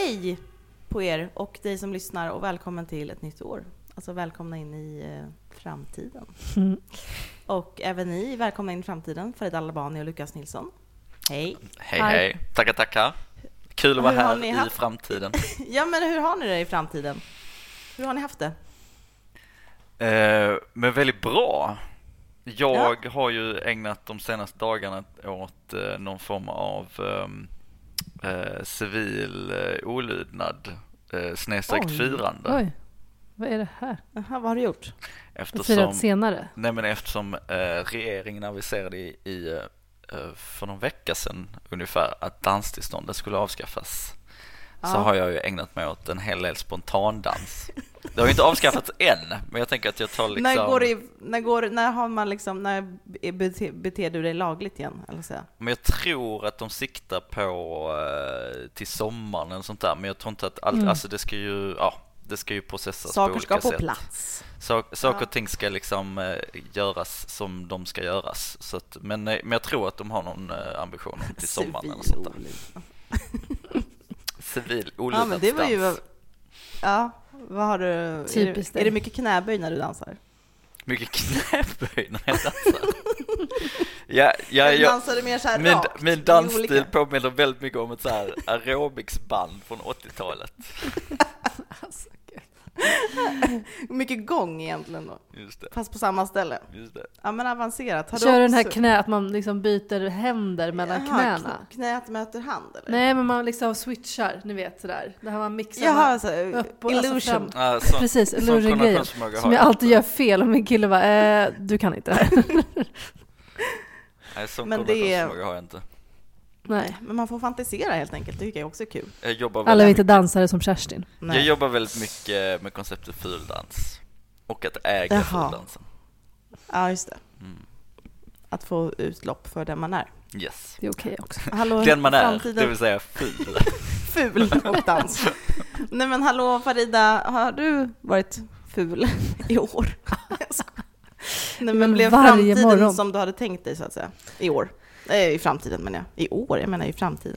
Hej på er och dig som lyssnar och välkommen till ett nytt år. Alltså välkomna in i framtiden. Och även ni, välkomna in i framtiden, Farid Albani och Lukas Nilsson. Hej. Hej. Tackar. Kul att vara här i framtiden. Ja, men hur har ni det i framtiden? Hur har ni haft det? Men väldigt bra. Jag har ju ägnat de senaste dagarna åt någon form av civil olydnad snedsträckt firande. Oj, vad är det här? Aha, vad har du gjort? Firat senare? Nej, men eftersom regeringen aviserade för någon vecka sedan ungefär att danstillståndet skulle avskaffas, så har jag ju ägnat mig åt en hel del spontandans. Det har ju inte avskaffats än, men jag tänker att jag tar liksom... När har man liksom, när beter du dig lagligt igen? Eller så? Men jag tror att de siktar på till sommaren eller sånt där, men jag tror inte att allt, alltså det ska ju processas. Saker på ska olika på sätt. Plats. Saker och ting ska liksom göras som de ska göras. Så att, men jag tror att de har någon ambition till sommaren eller sånt där. Civil olydnadsdans. Ja, men det var ju... Ja, vad har du... Typiskt är det mycket knäböj när du dansar? Mycket knäböj när jag dansar. Jag dansade mer så här rakt. Min dansstil påminner väldigt mycket om ett så här aerobicsband från 80-talet. Alltså, mycket gång egentligen då. Just det. Fast på samma ställe. Just det. Ja, men avancerat. Kör den här knä, att man liksom byter händer mellan knäna. Knät möter hand, eller? Nej, men man liksom switchar, ni vet sådär. Där man mixar alltså, upp och illusion. Precis, illusion-grejen. Som jag alltid gör fel och min kille bara, du kan inte det här. Nej, sån kombinationsförmåga har jag inte. Nej, men man får fantisera helt enkelt. Det tycker jag också är kul. Alla är inte dansare som Kerstin. Nej. Jag jobbar väldigt mycket med konceptet fuldans och att äga fuldansen. Ja, just det. Att få utlopp för den man är. Yes. Det är okej också. Hallå, den man är, det vill säga ful. Ful och dans. Nej, men hallå Farida, har du varit ful i år? Nej, men blev framtiden morgon som du hade tänkt dig, så att säga, i år? I framtiden, men i år, jag menar i framtiden.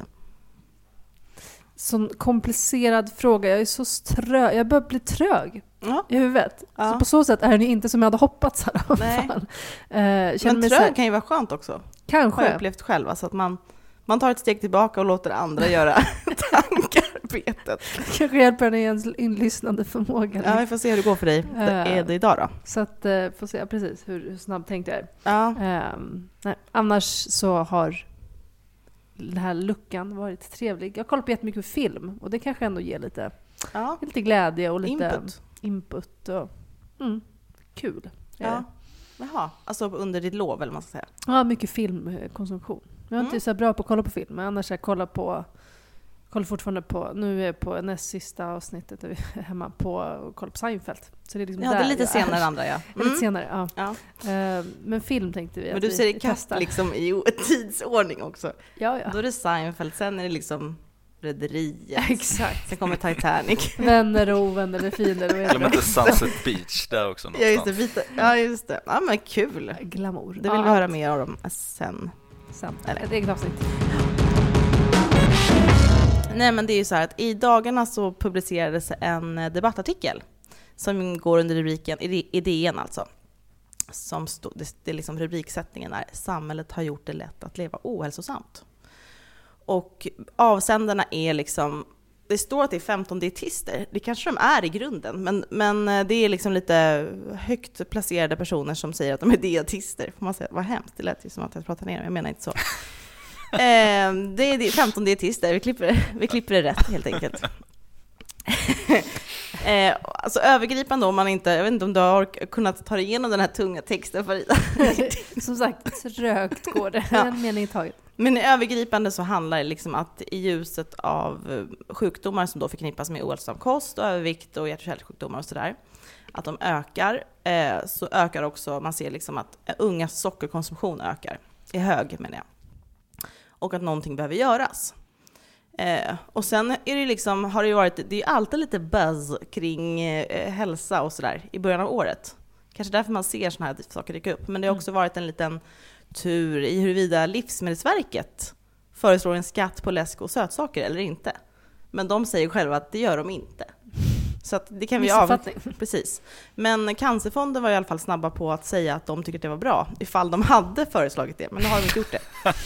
Sån komplicerad fråga. Jag är så trög. Jag börjar bli trög i huvudet. Ja. Så på så sätt är den inte som jag hade hoppats. Nej. Men trög kan ju vara skönt också. Kanske. Har jag upplevt själv. Alltså att man tar ett steg tillbaka och låter andra göra tankarbetet. Kanske hjälper den i ens inlyssnande förmåga. Ja, vi får se hur det går för dig. Är det idag då? Så att får se precis hur snabbt tänkt jag är. Ja. Nej, annars så har den här luckan varit trevlig. Jag kollar på jättemycket film och det kanske ändå ger lite glädje och lite input och kul. Ja. Jaha, alltså under ditt lov, eller man ska säga. Ja, mycket filmkonsumtion. Jag är inte så bra på att kolla på film, men annars kollar fortfarande på, nu är jag på näst sista avsnittet där vi är hemma på och kollar på Seinfeld. Så det är liksom det är lite senare andra, Lite senare, ja. Men film tänkte vi. Men du ser det kast liksom i tidsordning också. Ja. Då är det Seinfeld, sen är det liksom Rederiet. Exakt. Sen kommer Titanic. Vänner och ovänner, eller fiender. Glöm inte Sunset Beach där också någonstans. Ja, just det. Ja, men kul. Glamour. Det vill vi höra mer om sen. Eller ett eget avsnitt. Nej, men det är ju så här att i dagarna så publicerades en debattartikel som går under rubriken Idén, alltså. Som det är liksom rubriksättningen är: samhället har gjort det lätt att leva ohälsosamt. Och avsändarna är liksom, det står att det är 15 dietister. Det kanske de är i grunden, men det är liksom lite högt placerade personer som säger att de är dietister. Får man säga, vad hemskt, det lät ju som att jag pratar ner, jag menar inte så. Det är 15 dietister, vi klipper det rätt helt enkelt. Alltså övergripande, om man inte, jag vet inte om du har kunnat ta igenom den här tunga texten, Farida. Som sagt, trögt går det. En mening i taget. Men i övergripande så handlar det liksom att i ljuset av sjukdomar som då förknippas med ohälsosam kost och övervikt och hjärt- och kärlsjukdomar och sådär, att de ökar, så ökar också, man ser liksom att ungas sockerkonsumtion ökar, är hög menar jag. Och att någonting behöver göras. Och sen är det liksom, har det ju varit, det är alltid lite buzz kring hälsa och sådär i början av året. Kanske därför man ser såna här saker dyka upp. Men det har också varit en liten tur i huruvida Livsmedelsverket föreslår en skatt på läsk och sötsaker eller inte. Men de säger själva att det gör de inte. Så att det kan vi precis. Men Cancerfonden var i alla fall snabba på att säga att de tycker att det var bra ifall de hade föreslagit det, men nu har de inte gjort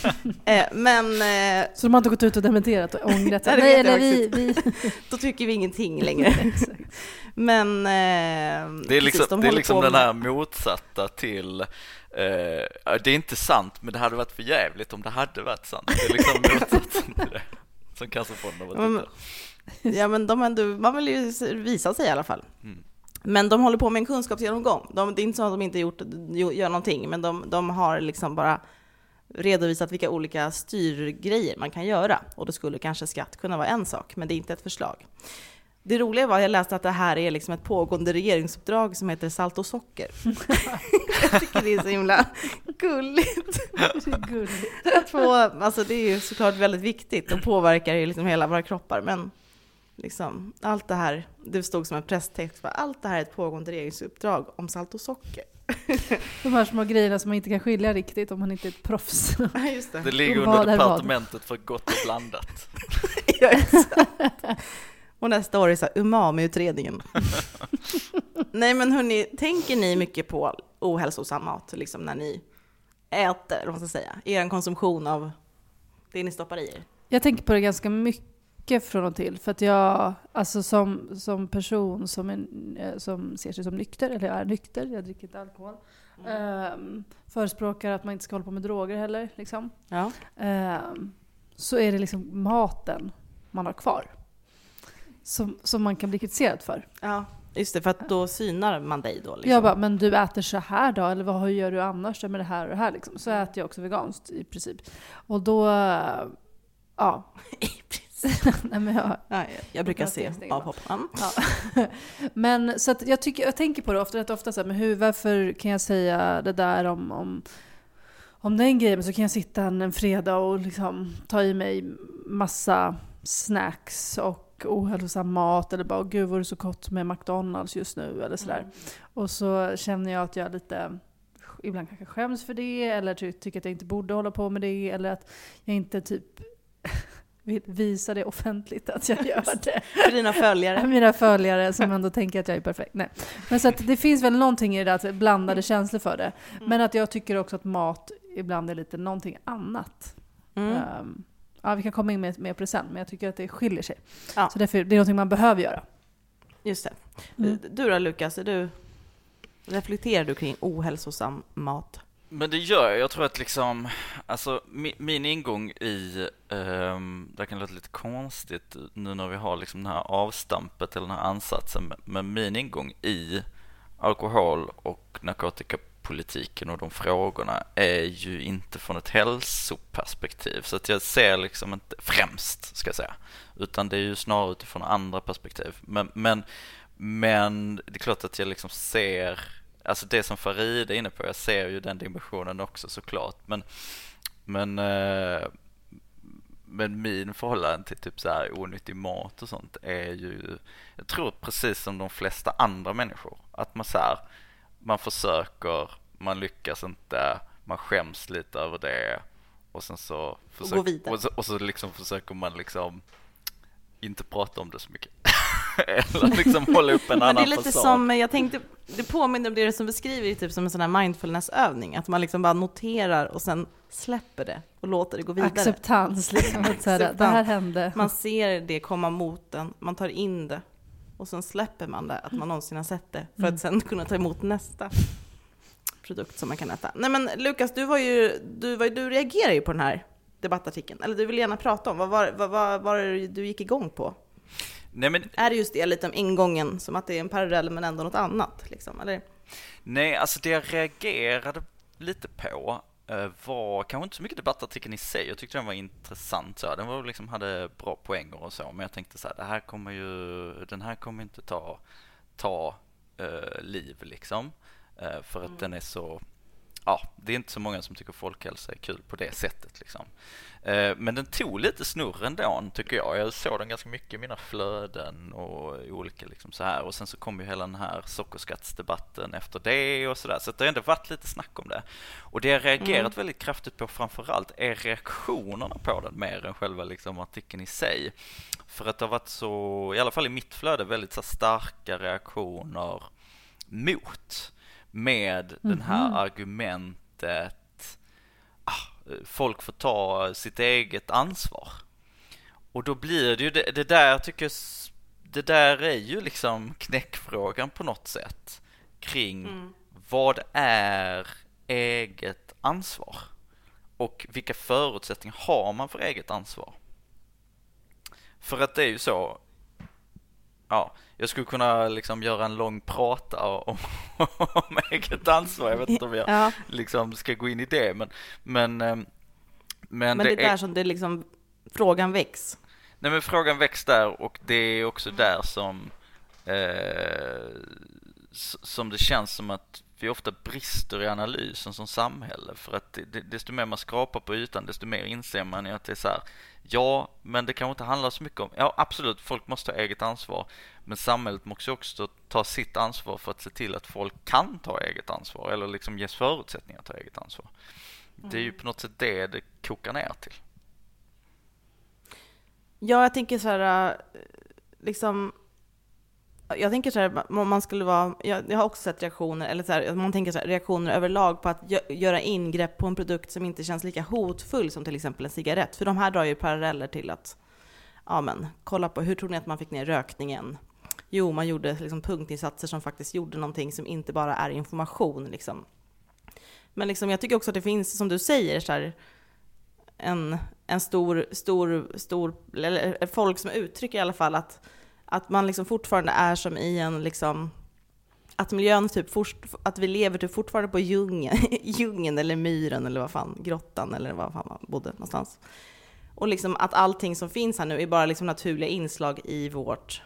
det. Så de har inte gått ut och dementerat och ångrat sig? Nej, då tycker vi ingenting längre. Men det är liksom den här motsatta till det är inte sant, men det hade varit för jävligt om det hade varit sant. Det är liksom motsatsen till det som Cancerfonden var. Ja, men man vill ju visa sig i alla fall. Men de håller på med en kunskapsgenomgång. Det är inte så att de inte gör någonting, men de har liksom bara redovisat vilka olika styrgrejer man kan göra. Och det skulle kanske skatt kunna vara en sak, men det är inte ett förslag. Det roliga var att jag läste att det här är liksom ett pågående regeringsuppdrag som heter Salt och socker. Jag tycker det är så himla gulligt. Alltså det är ju såklart väldigt viktigt och påverkar ju liksom hela våra kroppar, men liksom, allt det här, det stod som en presstext, allt det här är ett pågående regeringsuppdrag om salt och socker. De här små grejerna som man inte kan skilja riktigt om man inte är ett proffs. Ja, just det. Det ligger under departementet för gott och blandat. Ja, exakt. Och nästa år är så här umami-utredningen. Nej, men hörni, tänker ni mycket på ohälsosam mat liksom när ni äter, eller vad man ska säga, er konsumtion av det ni stoppar i er? Jag tänker på det ganska mycket från och till, för att jag, alltså som person som ser sig som nykter, eller jag är nykter, jag dricker inte alkohol, förespråkar att man inte ska hålla på med droger heller, liksom. Ja. Så är det liksom maten man har kvar som man kan bli kritiserad för. Ja, just det, för att då synar man dig då. Liksom. Jag bara, men du äter så här då? Eller vad gör du annars med det här och det här? Liksom. Så äter jag också veganskt i princip. Och då, ja. I princip. Nej, men jag brukar se avhopp. Ja. Men så att jag tänker på det ofta så här, men varför kan jag säga det där om den grejen, så kan jag sitta en fredag och liksom ta i mig massa snacks och ohälsosam mat, eller bara gud, var det så gott med McDonalds just nu eller sådär. Och så känner jag att jag lite ibland kanske skäms för det, eller tycker att jag inte borde hålla på med det, eller att jag inte typ vill visa det offentligt att jag gör det. För dina följare. Mina följare som ändå tänker att jag är perfekt. Nej. Men så att det finns väl någonting i det, att blandade känslor för det. Men att jag tycker också att mat ibland är lite någonting annat. Ja, vi kan komma in med present, men jag tycker att det skiljer sig. Ja. Så därför, det är någonting man behöver göra. Just det. Du då, Lukas, reflekterar du kring ohälsosam mat? Men det gör jag. Jag tror att liksom, alltså min ingång i, det kan låta lite konstigt nu när vi har liksom det här avstampet eller den här ansatsen, men min ingång i alkohol och narkotikapolitiken och de frågorna är ju inte från ett hälsoperspektiv, så att jag ser liksom inte främst, ska jag säga, utan det är ju snarare utifrån andra perspektiv. Men det är klart att jag liksom ser, alltså det som Farid är inne på, jag ser ju den dimensionen också såklart, men min förhållande till typ så här onyttig mat och sånt är ju, jag tror precis som de flesta andra människor, att man försöker, man lyckas inte, man skäms lite över det, och sen så och så liksom försöker man liksom inte prata om det så mycket. Eller liksom hålla upp en annan fasad. Men det är lite som, jag tänkte, det påminner om det som beskriver typ som en sån här mindfulnessövning, att man liksom bara noterar och sen släpper det och låter det gå vidare. Acceptans, liksom. Acceptans. Det här hände. Man ser det komma mot den, man tar in det och sen släpper man det, att man någonsin har sett det, för att sen kunna ta emot nästa produkt som man kan äta. Nej, men Lukas, du reagerar ju på den här debattartikeln, eller du vill gärna prata om vad var det du gick igång på? Nej, men är det just det lite om ingången, som att det är en parallell men ändå något annat liksom, eller? Nej, alltså det jag reagerade lite på var kanske inte så mycket debattartikeln i sig. Jag tyckte den var intressant, så den var liksom, hade bra poänger och så, men jag tänkte så här, den här kommer inte ta liv liksom, för att den är så det är inte så många som tycker folkhälsa är kul på det sättet liksom. Men den tog lite snurr ändå, tycker jag. Jag såg den ganska mycket i mina flöden och olika liksom så här. Och sen så kom ju hela den här sockerskattsdebatten efter det och sådär. Så det har ändå varit lite snack om det. Och det jag reagerat väldigt kraftigt på framförallt är reaktionerna på den mer än själva liksom artikeln i sig. För att det har varit så, i alla fall i mitt flöde, väldigt så starka reaktioner mot med den här argumentet folk får ta sitt eget ansvar. Och då blir det ju det där, jag tycker det där är ju liksom knäckfrågan på något sätt kring vad är eget ansvar och vilka förutsättningar har man för eget ansvar. För att det är ju så, jag skulle kunna liksom göra en lång prata om eget ansvar. Jag vet inte om jag liksom ska gå in i det. Men det är där som det liksom, frågan väcks. Nej, men frågan väcks där, och det är också där som det känns som att vi ofta brister i analysen som samhälle. För att desto mer man skrapar på ytan, desto mer inser man att det är så här, men det kan inte handla så mycket om, absolut, folk måste ha eget ansvar, men samhället måste också ta sitt ansvar för att se till att folk kan ta eget ansvar, eller liksom ges förutsättningar att ta eget ansvar. Det är ju på något sätt det kokar ner till. Ja, jag tänker så här, liksom, jag tänker så här, om man skulle vara, jag har också sett reaktioner, eller så här, man tänker så här, reaktioner överlag på att göra ingrepp på en produkt som inte känns lika hotfull som till exempel en cigarett. För de här drar ju paralleller till att, kolla på, hur tror ni att man fick ner rökningen? Jo, man gjorde liksom punktinsatser som faktiskt gjorde någonting som inte bara är information liksom. Men liksom, jag tycker också att det finns, som du säger, så här, en stor eller folk som uttrycker i alla fall att man liksom fortfarande är som i en liksom, att miljön typ, att vi lever typ fortfarande på djungeln eller myren eller vad fan, grottan eller vad fan man bodde någonstans. Och liksom att allting som finns här nu är bara liksom naturliga inslag i vårt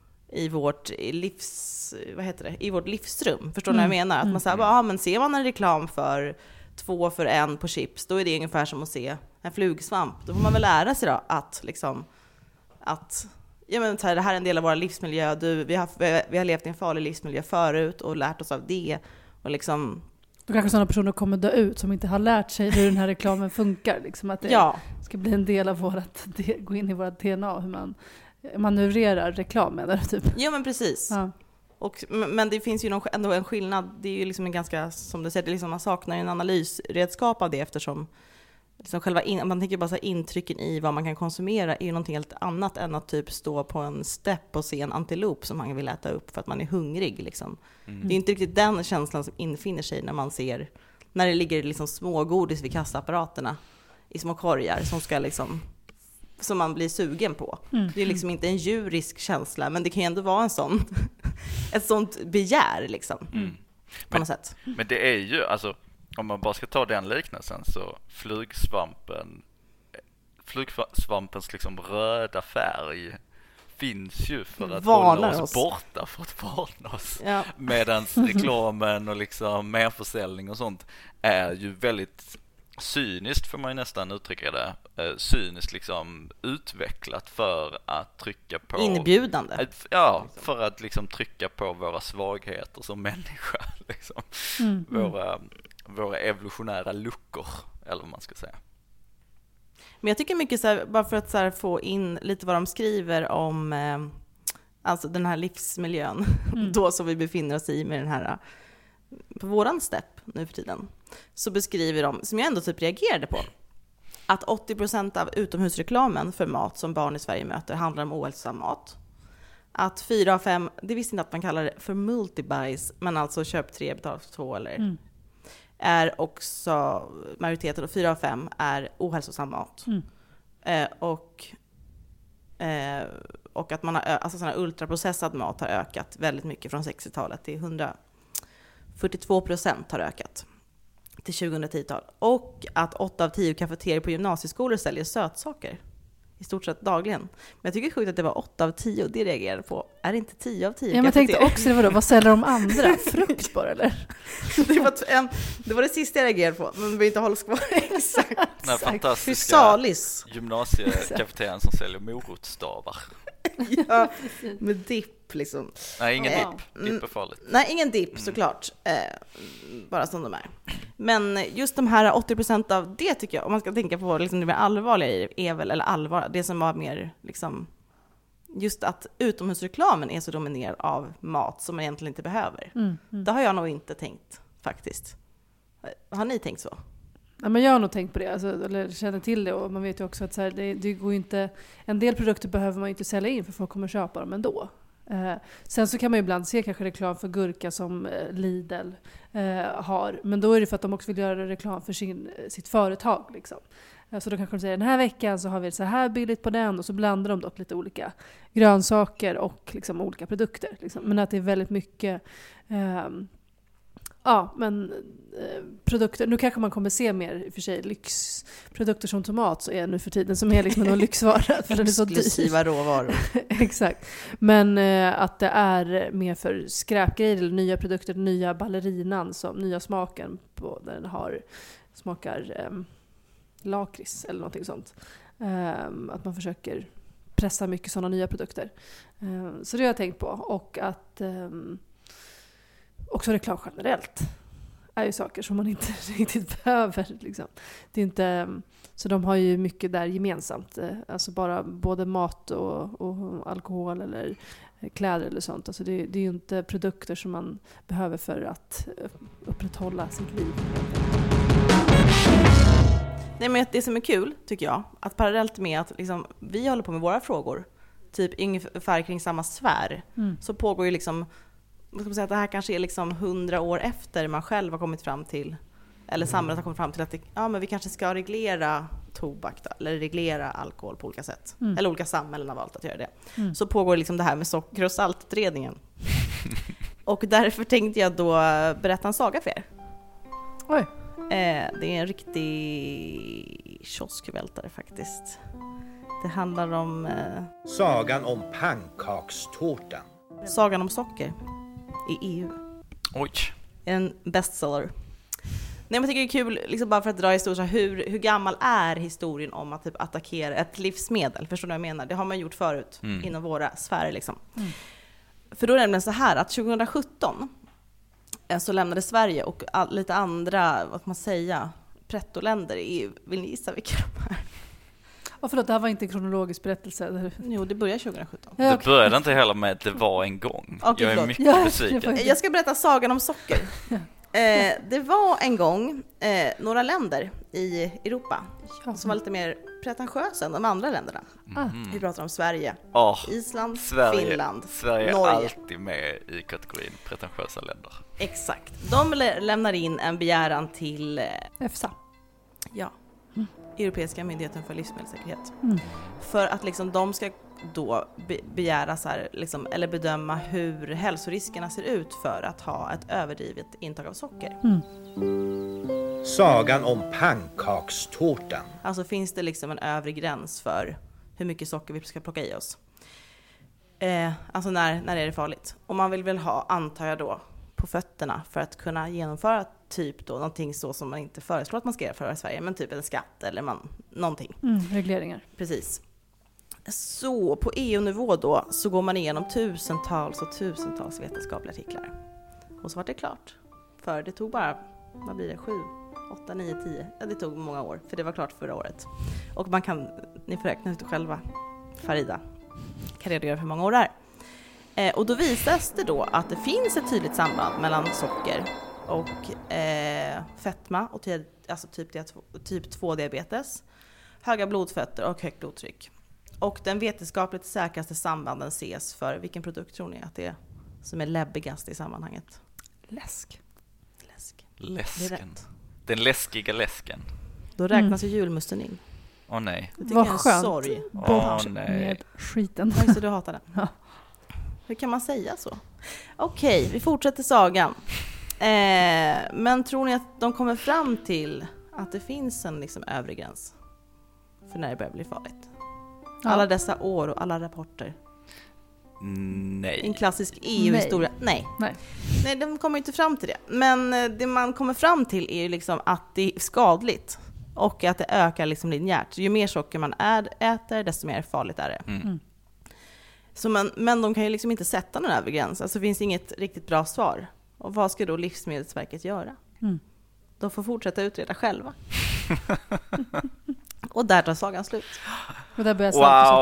livsrum. Förstår ni vad jag menar? Att man säger, men ser man en reklam för 2 för 1 på chips, då är det ungefär som att se en flugsvamp. Då får man väl lära sig då att liksom, att det här är en del av vår livsmiljö. Vi har levt i en farlig livsmiljö förut och lärt oss av det. Och liksom, då kanske sådana personer kommer dö ut som inte har lärt sig hur den här reklamen funkar. Liksom att det ska bli en del av gå in i vårt DNA, hur man manövrerar reklam. Eller, typ. Ja, men precis. Ja. Men det finns ju ändå en skillnad. Det är ju liksom en ganska, som du säger, det liksom, man saknar en analysredskap av det, eftersom liksom man tänker bara så här, intrycken i vad man kan konsumera är ju någonting helt annat än att typ stå på en stepp och se en antilop som man vill äta upp för att man är hungrig liksom. Det är inte riktigt den känslan som infinner sig när det ligger liksom smågodis vid kassaapparaterna i små korgar som man blir sugen på. Det är liksom inte en djurisk känsla, men det kan ju ändå vara ett sånt begär liksom, på något sätt. Men det är ju, alltså, om man bara ska ta den liknelsen, så flugsvampens liksom röda färg finns ju för att hålla oss borta, för att varna oss. Ja. Medans reklamen och liksom merförsäljning och sånt är ju väldigt cyniskt, får man ju nästan uttrycka det, cyniskt liksom utvecklat för att trycka på inbjudande. För att liksom trycka på våra svagheter som människa liksom. Våra evolutionära luckor, eller vad man ska säga. Men jag tycker mycket så här, bara för att så här, få in lite vad de skriver om alltså den här livsmiljön då som vi befinner oss i med den här på våran stepp nu för tiden, så beskriver de, som jag ändå typ reagerade på, att 80% av utomhusreklamen för mat som barn i Sverige möter handlar om ohälsosam mat. Att 4 av 5, det visste inte att man kallar det för multibuys, men alltså köp 3, betal 2 eller är också majoriteten, och 4 av 5 är ohälsosam mat. Och att man har, alltså sån här ultraprocessad mat har ökat väldigt mycket från 60-talet till 142% har ökat till 2010-tal. Och att 8 av 10 kafeterior på gymnasieskolor säljer sötsaker. i stort sett dagligen. Men jag tycker det är sjukt att det var 8 av 10 det reagerade på. Är det inte 10 av 10? Ja, men jag tänkte också, vad säljer de andra? Frukt bara, eller? Det var det sista jag reagerade på, men vi vill inte hålla oss kvar. Exakt. Den här fantastiska gymnasiekafeterian som säljer morotstavar. Ja, med dipp liksom. Nej, ingen dipp. Dipp är farligt. Nej, ingen dipp såklart. Bara som de är. Men just de här 80% av det tycker jag, om man ska tänka på liksom det mer allvarliga i är väl, eller allvar, det som var mer liksom, just att utomhusreklamen är så dominerad av mat som man egentligen inte behöver. Det har jag nog inte tänkt faktiskt. Har ni tänkt så? Ja, men jag har nog tänkt på det, alltså, eller känner till det, och man vet ju också att så här, det går inte, en del produkter behöver man inte sälja in för folk kommer köpa dem ändå. Sen så kan man ju ibland se kanske reklam för gurka som Lidl har, men då är det för att de också vill göra reklam för sitt företag liksom. Så då kanske de säger den här veckan så har vi så här billigt på den, och så blandar de dock lite olika grönsaker och liksom olika produkter liksom. Men att det är väldigt mycket produkter. Nu kanske man kommer se mer i och för sig lyxprodukter som tomat, så är nu för tiden, som är liksom någon lyxvara för den är så dyr. Exklusiva råvaror. Exakt. Men att det är mer för skräpgrejer eller nya produkter, nya ballerinan, som nya smaken på den smakar lakrits eller någonting sånt. Att man försöker pressa mycket sådana nya produkter. Så det har jag tänkt på, och att också reklam generellt är ju saker som man inte riktigt behöver. Liksom. Det är inte, så de har ju mycket där gemensamt. Alltså både mat och alkohol eller kläder eller sånt. Alltså det är ju inte produkter som man behöver för att upprätthålla sitt liv. Nej, men det som är kul tycker jag, att parallellt med att liksom, vi håller på med våra frågor, typ ungefär kring samma sfär, så pågår ju liksom, vad ska man säga, att det här kanske är liksom 100 år efter man själv har kommit fram till, eller samhället har kommit fram till att men vi kanske ska reglera tobak då, eller reglera alkohol på olika sätt. Eller olika samhällen har valt att göra det. Så pågår liksom det här med socker och saltutredningen. Och därför tänkte jag då berätta en saga för er. Oj. Det är en riktig kioskvältare faktiskt. Det handlar om sagan om pannkakstårtan. Sagan om socker i EU. Oj. En bestseller. Nej, men jag tycker det är kul liksom bara för att dra historien, hur gammal är historien om att typ attackera ett livsmedel? Förstår du vad jag menar? Det har man gjort förut inom våra sfärer liksom. För då är det nämligen så här att 2017 så lämnade Sverige och lite andra, vad ska man säga, prettoländer i EU. Vill ni gissa vilka de är? Förlåt, det här var inte en kronologisk berättelse. Jo, det började 2017. Det började inte heller med att det var en gång. Okay, jag är mycket besviken. Jag ska berätta sagan om socker. Det var en gång några länder i Europa som var lite mer pretentiösa än de andra länderna. Vi pratar om Sverige, Island, Finland, Sverige Norge. är alltid med i kategorin pretentiösa länder. Exakt. De lämnar in en begäran till EFSA. Ja. Europeiska myndigheten för livsmedelssäkerhet. För att liksom de ska då begära så här, liksom, eller bedöma hur hälsoriskerna ser ut för att ha ett överdrivet intag av socker. Sagan om pannkakstårtan. Alltså finns det liksom en övre gräns för hur mycket socker vi ska plocka i oss? Alltså när är det farligt? Och man vill väl ha, antar jag då, på fötterna för att kunna genomföra typ då någonting så som man inte föreslår att man ska göra för i Sverige, men typ en skatt eller någonting. Regleringar. Precis. Så på EU-nivå då så går man igenom tusentals och tusentals vetenskapliga artiklar. Och så var det klart. För det tog bara, vad blir det, 7, 8, 9, 10. Ja, det tog många år, för det var klart förra året. Och ni får räkna ut själva. Farida kan redogöra för hur många år det är. Och då visas det då att det finns ett tydligt samband mellan socker och fetma och alltså typ 2-diabetes, höga blodfetter och högt blodtryck. Och den vetenskapligt säkraste sambanden ses för vilken produkt tror ni att det är som är läbbigast i sammanhanget? Läsk. Läsken. Den läskiga läsken. Då räknas ju julmusten in. Åh nej. Vad skönt. Sorg. Bort nej. med skiten. Oj, så du hatar den. Ja. Hur kan man säga så? Okej, vi fortsätter sagan. Men tror ni att de kommer fram till att det finns en liksom övre gräns för när det börjar bli farligt? Alla dessa år och alla rapporter. Nej. En klassisk EU-historia. Nej, de kommer inte fram till det. Men det man kommer fram till är ju liksom att det är skadligt och att det ökar liksom linjärt. Ju mer socker man äter, desto mer farligt är det. Så men de kan ju liksom inte sätta någon övre gräns. Alltså finns inget riktigt bra svar. Och vad ska då Livsmedelsverket göra? De får fortsätta utreda själva. Och där tar sagan slut. Och där börjar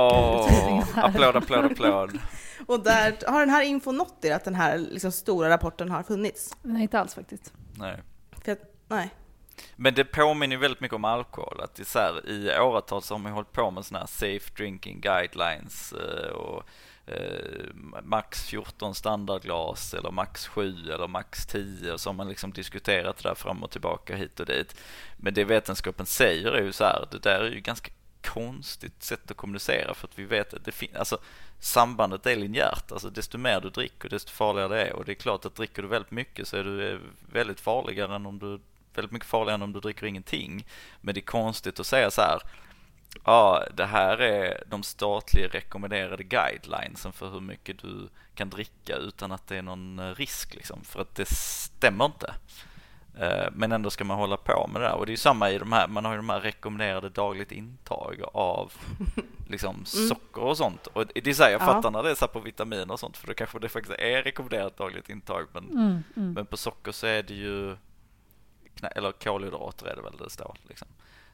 applåd. Och där har den här infon nått er att den här liksom stora rapporten har funnits? Nej, inte alls faktiskt. Nej. Men det påminner väldigt mycket om alkohol. Att det är så här, i åratal så har man hållit på med såna här safe drinking guidelines och max 14 standardglas eller max 7 eller max 10, och så har man liksom diskuterat det där fram och tillbaka hit och dit. Men det vetenskapen säger är ju så här, det där är ju ganska konstigt sätt att kommunicera, för att vi vet att det finns, alltså sambandet är linjärt, alltså desto mer du dricker desto farligare det är, och det är klart att dricker du väldigt mycket så är du väldigt farligare än om du dricker ingenting. Men det är konstigt att säga så här: ja, det här är de statliga rekommenderade guidelines för hur mycket du kan dricka utan att det är någon risk liksom, för att det stämmer inte. Men ändå ska man hålla på med det där. Och det är ju samma i de här, man har ju de här rekommenderade dagligt intag av liksom socker och sånt. Och det är så här, jag fattar när det är så på vitaminer och sånt, för då kanske det faktiskt är rekommenderat dagligt intag, men på socker så är det ju, eller kolhydrater är det väl det står liksom.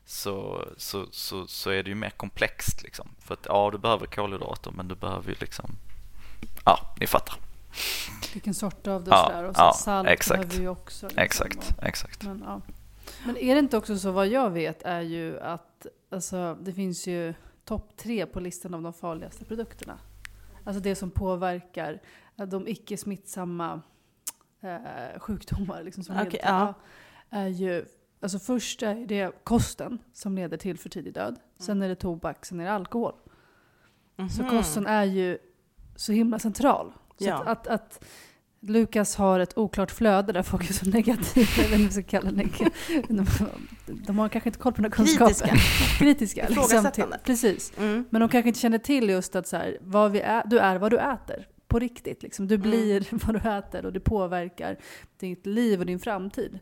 Så är det ju mer komplext liksom. För att du behöver kolhydrater, men du behöver ju liksom, ni fattar. Vilken sort av det där, och så salt exakt. behöver vi också. Liksom, Exakt. Men är det inte också så, vad jag vet är ju att alltså, det finns ju topp 3 på listan av de farligaste produkterna. Alltså det som påverkar de icke smittsamma sjukdomar liksom, som är ju, alltså först är det kosten som leder till för tidig död. Sen är det tobak, sen är det alkohol. Så kosten är ju så himla central. Så att Lukas har ett oklart flöde där folk är så negativa. Jag vet inte vad jag ska kalla det. De har kanske inte koll på några kunskaper. Kritiska. Liksom, precis. Men de kanske inte känner till just att så här, du är vad du äter. På riktigt. Liksom. Du blir vad du äter, och det påverkar ditt liv och din framtid.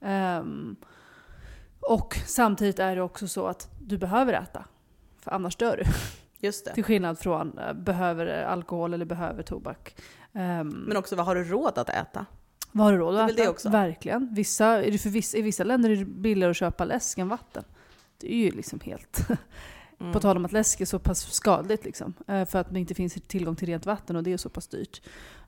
Och samtidigt är det också så att du behöver äta. För annars dör du. Just det. Till skillnad från behöver alkohol eller behöver tobak. Men också, vad har du råd att äta? Vad har du råd att äta? Det också. Verkligen. I vissa länder är det billigare att köpa läsk än vatten. Det är ju liksom helt... På tal om att läsk är så pass skadligt liksom, för att det inte finns tillgång till rent vatten, och det är så pass dyrt.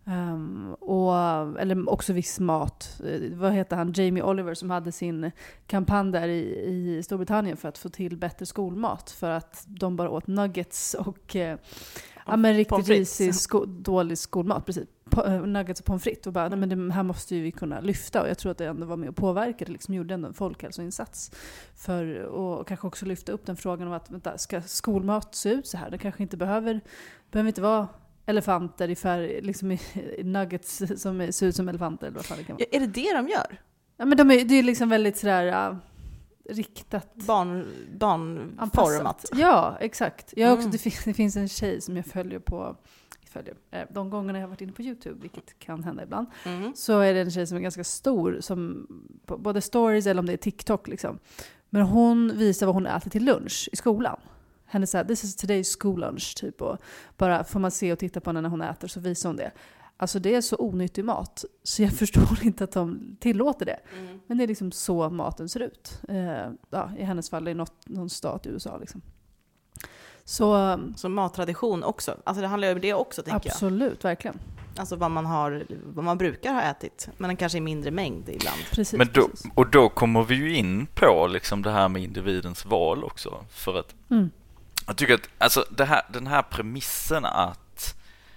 Eller också viss mat. Vad heter han? Jamie Oliver, som hade sin kampanj där i Storbritannien för att få till bättre skolmat, för att de bara åt nuggets och riktigt risig dålig skolmat, precis. Nuggets och pommes frites, och bara, men det här måste ju vi kunna lyfta, och jag tror att det ändå var med och påverkade, liksom gjorde ändå en folkhälsoinsats för, och kanske också lyfta upp den frågan om att vänta, ska skolmat se ut så här? Det kanske inte behöver inte vara elefanter i färg, liksom i nuggets som ser ut som elefanter, eller vad fan det kan vara. Är det de gör? Ja, men det är liksom väldigt sådär riktat, barnformat. Ja, exakt. Jag också, det finns en tjej som jag följer de gångerna jag har varit inne på YouTube, vilket kan hända ibland, så är det en tjej som är ganska stor, som på både stories eller om det är TikTok liksom. Men hon visar vad hon äter till lunch i skolan. Henne säger, this is today's school lunch typ, och bara får man se och titta på henne när hon äter, så visar hon det. Alltså det är så onyttig mat, så jag förstår inte att de tillåter det. Men det är liksom så maten ser ut. I hennes fall i någon stat i USA liksom. Så mattradition också. Alltså det handlar ju om det också, tänker jag. Absolut, verkligen. Alltså vad man brukar ha ätit, men kanske i mindre mängd ibland. Precis, men då kommer vi ju in på liksom det här med individens val också. För att jag tycker att alltså den här premissen att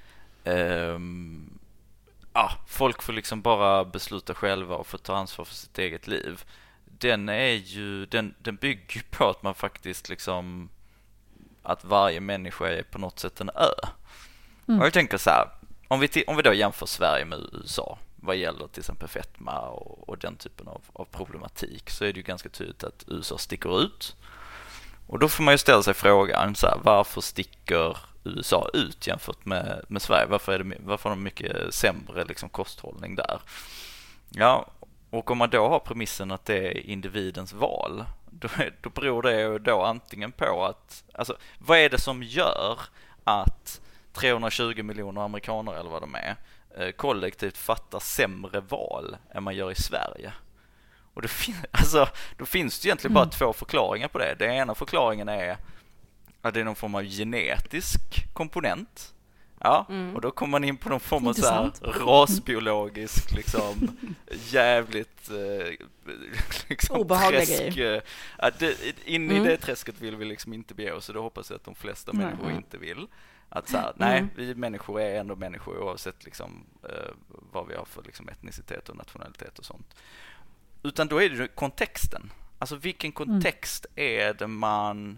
folk får liksom bara besluta själva och få ta ansvar för sitt eget liv. Den bygger ju på att man faktiskt liksom, att varje människa är på något sätt en ö. Och jag tänker så här, om vi då jämför Sverige med USA vad gäller till exempel fetma och den typen av problematik, så är det ju ganska tydligt att USA sticker ut. Och då får man ju ställa sig frågan så här, varför sticker USA ut jämfört med Sverige? Varför har de mycket sämre liksom, kosthållning där? Ja, och om man då har premissen att det är individens val, då beror det då antingen på att, alltså vad är det som gör att 320 miljoner amerikaner eller vad de är kollektivt fattar sämre val än man gör i Sverige? Och då finns det egentligen bara två förklaringar på det. Den ena förklaringen är att det är någon form av genetisk komponent. Ja, och då kommer man in på någon form av så här rasbiologisk liksom jävligt liksom obehagliga grejer. In i det träsket vill vi liksom inte bege oss, så då hoppas jag att de flesta människor inte vill. Att så här, nej, vi människor är ändå människor oavsett liksom vad vi har för liksom etnicitet och nationalitet och sånt. Utan då är det kontexten. Alltså vilken kontext är det man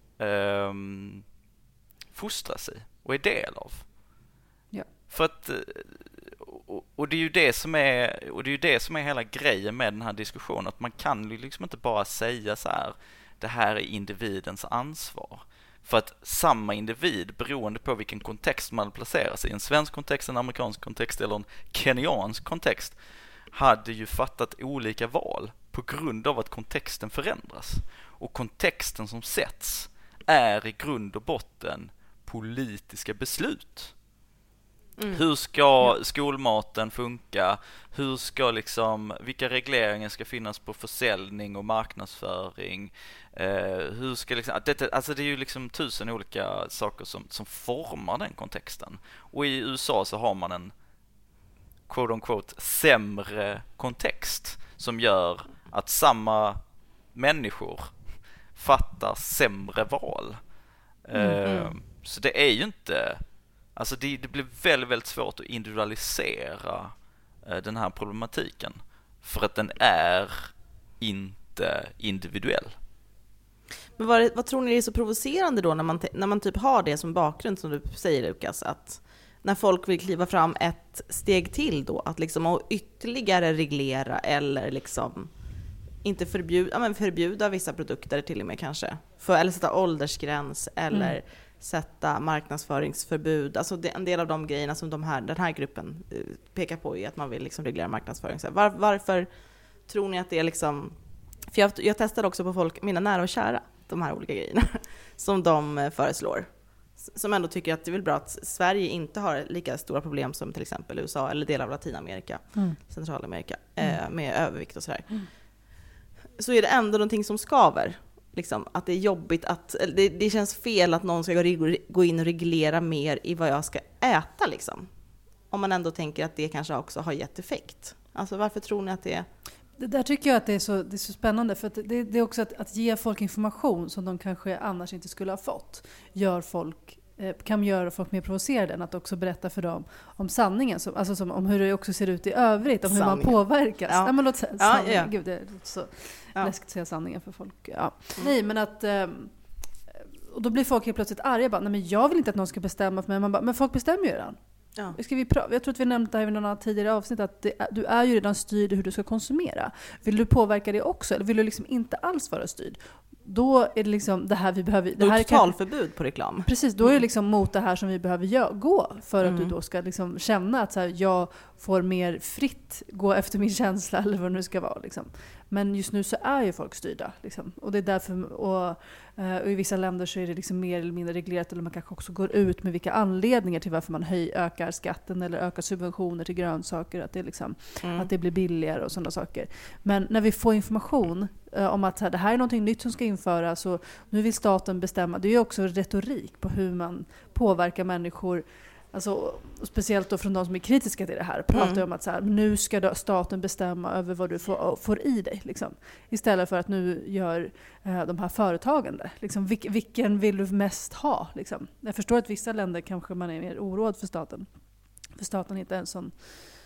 fostras i och är del av? Ja. För att och det är ju det som är hela grejen med den här diskussionen, att man kan ju liksom inte bara säga så här, det här är individens ansvar. För att samma individ, beroende på vilken kontext man placerar sig i, en svensk kontext, en amerikansk kontext eller en kenyansk kontext, hade ju fattat olika val på grund av att kontexten förändras. Och kontexten som sätts är i grund och botten politiska beslut. Hur ska skolmaten funka? Hur ska vilka regleringar ska finnas på försäljning och marknadsföring? Hur ska det är ju liksom 1000 olika saker som formar den kontexten. Och i USA så har man en quote on quote sämre kontext som gör att samma människor fattar sämre val. Så det är ju inte, alltså det blir väldigt, väldigt svårt att individualisera den här problematiken, för att den är inte individuell. Men vad tror ni är så provocerande då när man typ har det som bakgrund, som du säger, Lukas, att när folk vill kliva fram ett steg till då, att liksom ytterligare reglera eller liksom inte förbjuda vissa produkter till och med kanske, eller sätta åldersgräns eller sätta marknadsföringsförbud. Alltså en del av de grejerna som den här gruppen pekar på är att man vill liksom reglera marknadsföring. Så varför tror ni att det är liksom... För jag testade också på folk, mina nära och kära, de här olika grejerna som de föreslår. Som ändå tycker att det är väl bra att Sverige inte har lika stora problem som till exempel USA eller delar av Latinamerika, Centralamerika, med övervikt och sådär. Så är det ändå någonting som skaver. Liksom, att det är jobbigt, att det känns fel att någon ska gå in och reglera mer i vad jag ska äta. Liksom. Om man ändå tänker att det kanske också har gett effekt. Alltså varför tror ni att det är... Det där tycker jag att det är så spännande, för att det är också att ge folk information som de kanske annars inte skulle ha fått. Kan göra folk mer provocerade än att också berätta för dem om sanningen, om hur det också ser ut i övrigt, om hur man påverkas. Ja. Nej, men låt säga sanningen. Ja. Gud, det är så läskigt att säga sanningen för folk. Ja. Nej, men att... Och då blir folk helt plötsligt arga. Bara, nej, men jag vill inte att någon ska bestämma för mig. Man bara, men folk bestämmer ju redan. Ja. Jag tror att vi nämnt det här i några tidigare avsnitt, att du är ju redan styrd hur du ska konsumera. Vill du påverka det också, eller vill du liksom inte alls vara styrd? Då är det liksom det här vi behöver... Det här är totalförbud på reklam. Precis, då är det liksom mot det här som vi behöver gå för att du då ska liksom känna att så här, jag får mer fritt gå efter min känsla eller vad det nu ska vara. Liksom. Men just nu så är ju folk styrda. Liksom. Och det är därför, och i vissa länder så är det liksom mer eller mindre reglerat, eller man kanske också går ut med vilka anledningar till varför man ökar skatten eller ökar subventioner till grönsaker, att det, liksom, att det blir billigare och sådana saker. Men när vi får information om att det här är någonting nytt som ska införas och nu vill staten bestämma, det är ju också retorik på hur man påverkar människor. Alltså, speciellt då från de som är kritiska till det här, pratar om att så här, nu ska staten bestämma över vad du får i dig. Liksom. Istället för att nu gör de här företagen det. Liksom, vilken vill du mest ha? Liksom. Jag förstår att vissa länder kanske man är mer oroad för staten. För staten inte är en sån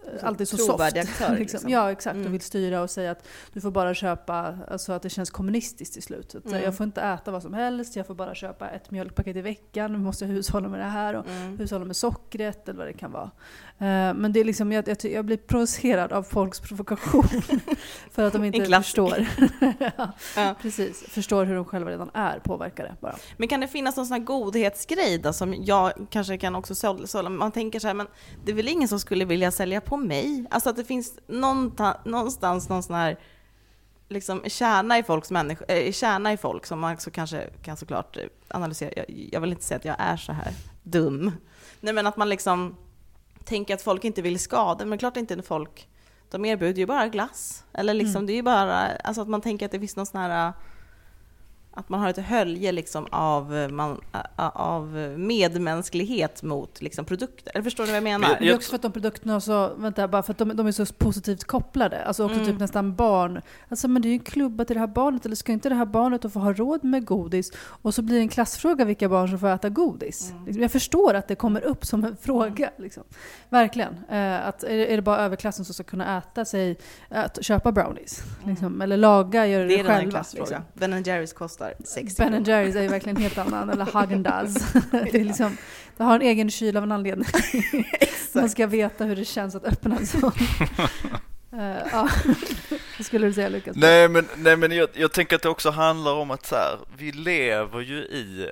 alltid så trovärdig soft. aktör, liksom. Ja, exakt. Och vill styra och säga att du får bara köpa, alltså att det känns kommunistiskt i slut. Att jag får inte äta vad som helst, jag får bara köpa ett mjölkpaket i veckan, nu måste jag hushålla med det här och hushålla med sockret eller vad det kan vara. Men det är liksom, jag blir provocerad av folks provokation för att de inte förstår. Ja, precis. Förstår hur de själva redan är påverkade bara. Men kan det finnas någon sån här godhetsgrej då, som jag kanske kan också sålla? Man tänker så här, men det är väl ingen som skulle vilja sälja på mig? Alltså att det finns någonstans någon sån här liksom kärna i folk som man också kanske kan såklart analysera. Jag vill inte säga att jag är så här dum. Nej, men att man liksom tänker att folk inte vill skada, men klart inte när folk, de erbjuder ju bara glass. Eller liksom, det är ju bara, alltså att man tänker att det finns någon sån här, att man har ett hölje liksom av medmänsklighet mot liksom produkter. Eller förstår ni vad jag menar? Det är också för att de produkterna bara för att de är så positivt kopplade. Alltså också typ nästan barn. Alltså men det är ju en klubba till det här barnet, eller ska inte det här barnet få ha råd med godis? Och så blir det en klassfråga vilka barn som får äta godis. Jag förstår att det kommer upp som en fråga. Liksom. Verkligen. Att är det bara överklassen som ska kunna att köpa brownies? Liksom, eller laga, göra det själva. En klassfråga. Liksom. Ben & Jerry's kostar 60. Ben & Jerry's är ju verkligen helt annan. Eller Häagen-Dazs. Det är liksom, det har en egen kyl av en anledning. Man ska veta hur det känns att öppna en sån. Ja. Vad skulle du säga, Lukas? Nej men jag tänker att det också handlar om att så här, vi lever ju i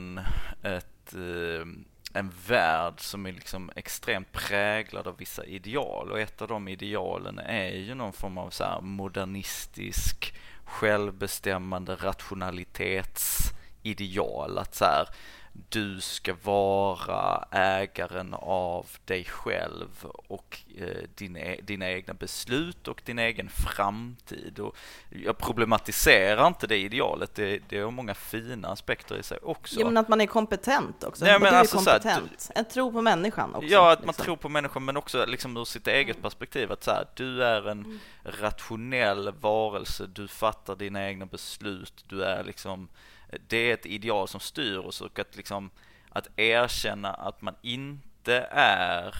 en värld som är liksom extremt präglad av vissa ideal, och ett av de idealen är ju någon form av så här modernistisk självbestämmande rationalitetsideal, att så här, du ska vara ägaren av dig själv och dina egna beslut och din egen framtid. Och jag problematiserar inte det idealet, det har många fina aspekter i sig också. Ja, men att man är kompetent också. Nej, men alltså, kompetent. En tro på människan också. Ja, att man tror på människan, men också liksom ur sitt eget perspektiv, att så här, du är en rationell varelse, du fattar dina egna beslut, du är liksom, det är ett ideal som styr oss, och att liksom att erkänna att man inte är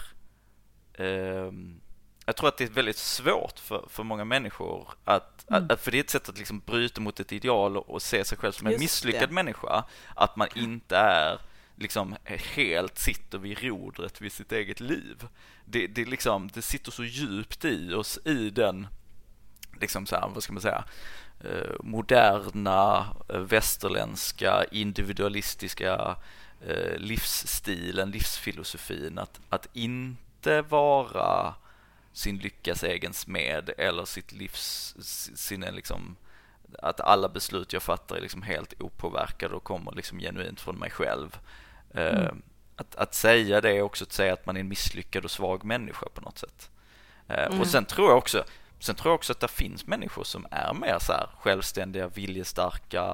jag tror att det är väldigt svårt för många människor att för det är ett sätt att liksom bryta mot ett ideal och se sig själv som en misslyckad människa, att man inte är liksom helt sitter vid rodret vid sitt eget liv. Det liksom, det sitter så djupt i oss, i den liksom så här, vad ska man säga, moderna västerländska individualistiska livsstilen, livsfilosofin, att inte vara sin lyckas egen smed eller sitt livs sina liksom, att alla beslut jag fattar är liksom helt opåverkade och kommer liksom genuint från mig själv. Att säga det är också att säga att man är en misslyckad och svag människa på något sätt. Och sen tror jag också att det finns människor som är mer så här självständiga, viljestarka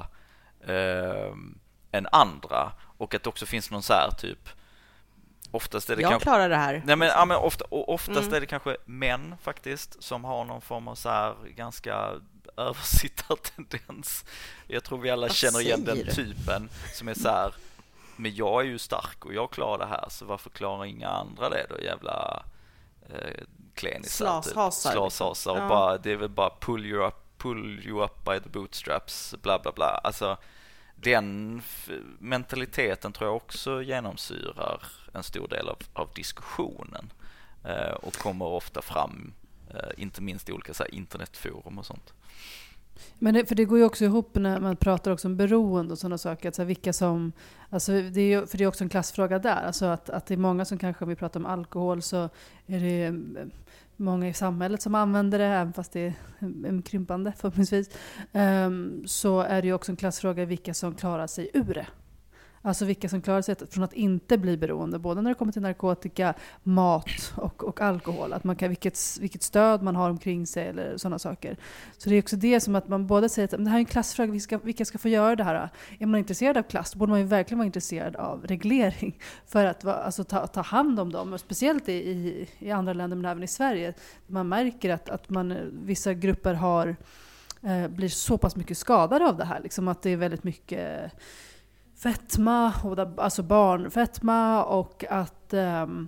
än andra, och att det också finns någon så här typ, oftast är det jag klarar det här. Nej, men oftast är det kanske män faktiskt som har någon form av så här ganska översittartendens. Jag tror vi alla känner igen den typen som är så här, men jag är ju stark och jag klarar det här, så varför klarar inga andra det då, jävla klenisar, slashasar och bara, det är väl bara pull you up by the bootstraps, bla bla bla. Alltså den mentaliteten tror jag också genomsyrar en stor del av diskussionen och kommer ofta fram, inte minst i olika så här internetforum och sånt. Men för det går ju också ihop när man pratar också om beroende och sådana saker, att så här, vilka som, alltså det är ju, för det är också en klassfråga där, alltså att det är många som kanske, om vi pratar om alkohol, så är det många i samhället som använder det, även fast det är en krympande förhoppningsvis, så är det ju också en klassfråga vilka som klarar sig ur det. Alltså vilka som klarar sig från att inte bli beroende, både när det kommer till narkotika, mat och alkohol. Att man kan, vilket stöd man har omkring sig eller sådana saker. Så det är också det som att man både säger att det här är en klassfråga, vilka ska få göra det här? Är man intresserad av klass, då borde man ju verkligen vara intresserad av reglering. För att alltså, ta hand om dem, och speciellt i andra länder men även i Sverige. Man märker att vissa grupper blir så pass mycket skadade av det här. Liksom att det är väldigt mycket fetma, alltså barnfetma, och att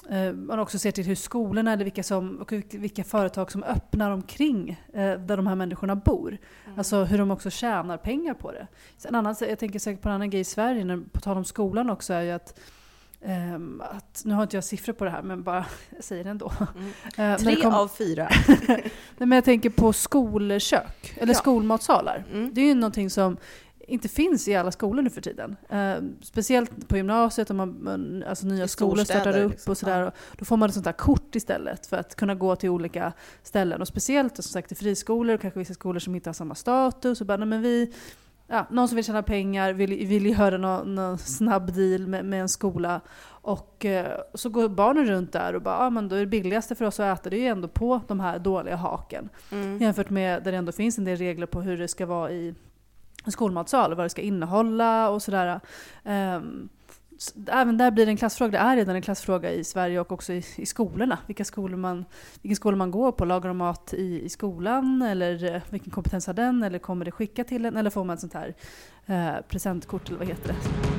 man också ser till hur skolorna eller vilka företag som öppnar omkring där de här människorna bor. Alltså hur de också tjänar pengar på det. Så jag tänker säkert på en annan grej i Sverige, på tal om skolan också, är ju att nu har inte jag siffror på det här, men bara jag säger det ändå. 3 av 4. Nej, men jag tänker på skolkök eller skolmatsalar. Det är ju någonting som inte finns i alla skolor nu för tiden. Speciellt på gymnasiet, om alltså nya skolor startar upp liksom. Och sådär. Och då får man ett sånt här kort istället för att kunna gå till olika ställen. Och speciellt som sagt i friskolor och kanske vissa skolor som inte har samma status. Och bara, men någon som vill tjäna pengar vill göra någon snabb deal med en skola. Och så går barnen runt där och bara, men då är det billigaste för oss att äta det är ju ändå på de här dåliga haken. Jämfört med där det ändå finns en del regler på hur det ska vara i en skolmatsal och vad det ska innehålla och sådär. Även där blir det en klassfråga. Det är redan en klassfråga i Sverige och också i skolorna. Vilken skola man går på. Lagar de mat i skolan? Eller vilken kompetens har den? Eller kommer det skicka till en? Eller får man ett sånt här presentkort eller vad heter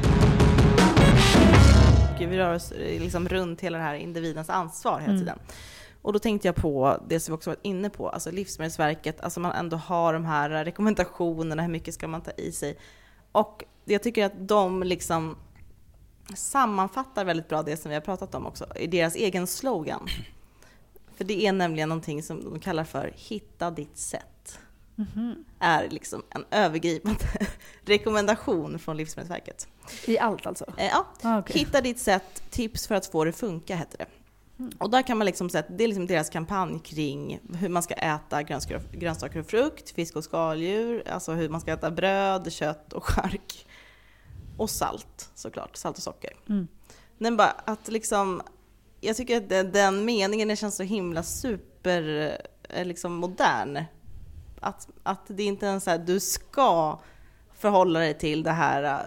det? Vi rör oss liksom runt hela det här individens ansvar hela tiden. Och då tänkte jag på det som vi också varit inne på, alltså Livsmedelsverket, alltså man ändå har de här rekommendationerna, hur mycket ska man ta i sig. Och jag tycker att de liksom sammanfattar väldigt bra det som vi har pratat om också, i deras egen slogan. För det är nämligen någonting som de kallar för hitta ditt sätt. Är liksom en övergripande rekommendation från Livsmedelsverket. I allt alltså? Ja, okay. Hitta ditt sätt, tips för att få det funka heter det. Och där kan man liksom säga att det är liksom deras kampanj kring hur man ska äta grönsaker och frukt, fisk och skaldjur, alltså hur man ska äta bröd, kött och chark. Och salt, såklart, salt och socker. Men bara att liksom, jag tycker att den meningen känns så himla super liksom modern. Att det inte är så här, du ska förhålla dig till det här,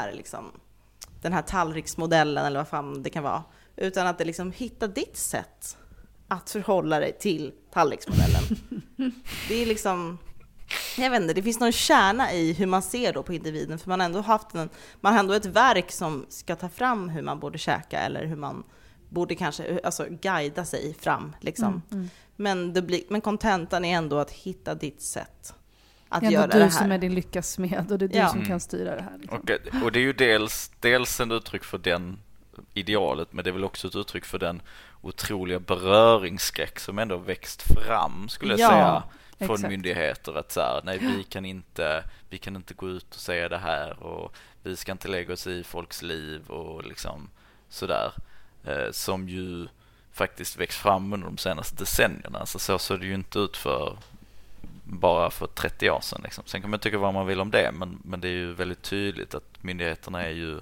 den här tallriksmodellen eller vad fan det kan vara. Utan att det liksom hitta ditt sätt att förhålla dig till tallriksmodellen. Det är liksom, jag vet inte, det finns någon kärna i hur man ser då på individen. För man har ändå man har ändå ett verk som ska ta fram hur man borde käka eller hur man borde kanske guida sig fram liksom. Men kontentan är ändå att hitta ditt sätt att göra det här. Det är du som är din lyckas med och det är du som kan styra det här. Liksom. Och det är ju dels en uttryck för den idealet, men det är väl också ett uttryck för den otroliga beröringsskräck som ändå växt fram, skulle jag säga, från exakt. Myndigheter att så här, nej, vi kan inte gå ut och säga det här och vi ska inte lägga oss i folks liv och liksom sådär, som ju faktiskt växt fram under de senaste decennierna. Alltså så såg det ju inte ut bara för 30 år sedan liksom. Sen kan man tycka vad man vill om det, men det är ju väldigt tydligt att myndigheterna är ju,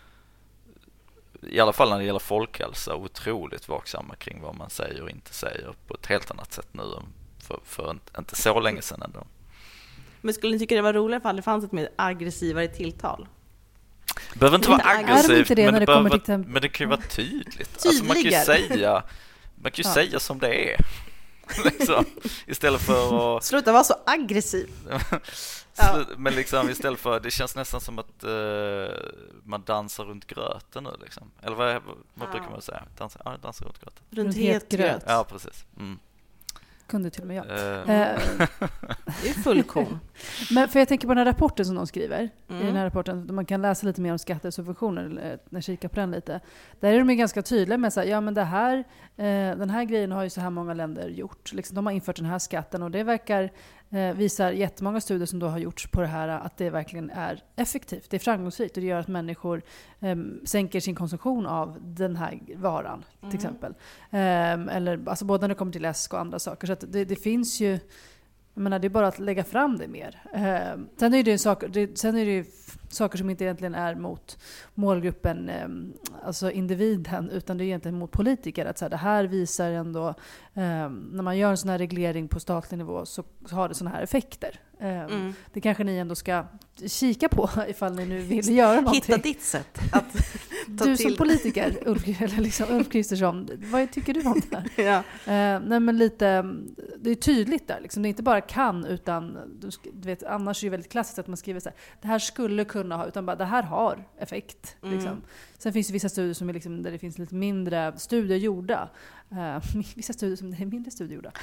i alla fall när det gäller folkhälsa, otroligt vaksamma kring vad man säger och inte säger på ett helt annat sätt nu än för inte så länge sedan ändå. Men skulle ni tycka det var roligare ifall det fanns ett mer aggressivare tilltal? Det behöver inte vara aggressivt, men det kan ju vara tydligt. Alltså man kan ju säga som det är. Liksom, istället för att sluta vara så aggressiv. Men liksom istället för, det känns nästan som att man dansar runt gröten nu liksom. Eller vad brukar man säga? Dansar runt gröten. Runt het gröt. Ja, precis. Kunde till och med jag. Det är fullkorn. Men för jag tänker på den här rapporten som de skriver. I den här rapporten, där man kan läsa lite mer om skattesubventioner, när kika på den lite. Där är de ju ganska tydliga med så här, ja men det här, den här grejen har ju så här många länder gjort. Liksom, de har infört den här skatten och det verkar visar jättemånga studier som då har gjorts på det här att det verkligen är effektivt. Det är framgångsrikt och det gör att människor sänker sin konsumtion av den här varan till exempel. Eller alltså både när det kommer till läsk och andra saker. Så att det finns ju, jag menar, det är bara att lägga fram det mer. Sen är det ju saker som inte egentligen är mot målgruppen, alltså individen, utan det är egentligen mot politiker. Att så här, det här visar ändå, när man gör en sån här reglering på statlig nivå så har det såna här effekter. Det kanske ni ändå ska kika på ifall ni nu vill göra någonting. Hitta ditt sätt att ta du till. som politiker, Ulf Kristersson, vad tycker du om det här? Ja. Nej, men lite, det är tydligt där. Liksom. Det är inte bara kan, utan du vet, annars är det väldigt klassiskt att man skriver så här, det här skulle kunna ha, utan bara det här har effekt. Liksom. Sen finns det vissa studier som är liksom, där det finns lite mindre studier gjorda. Vissa studier som är mindre studier gjorda.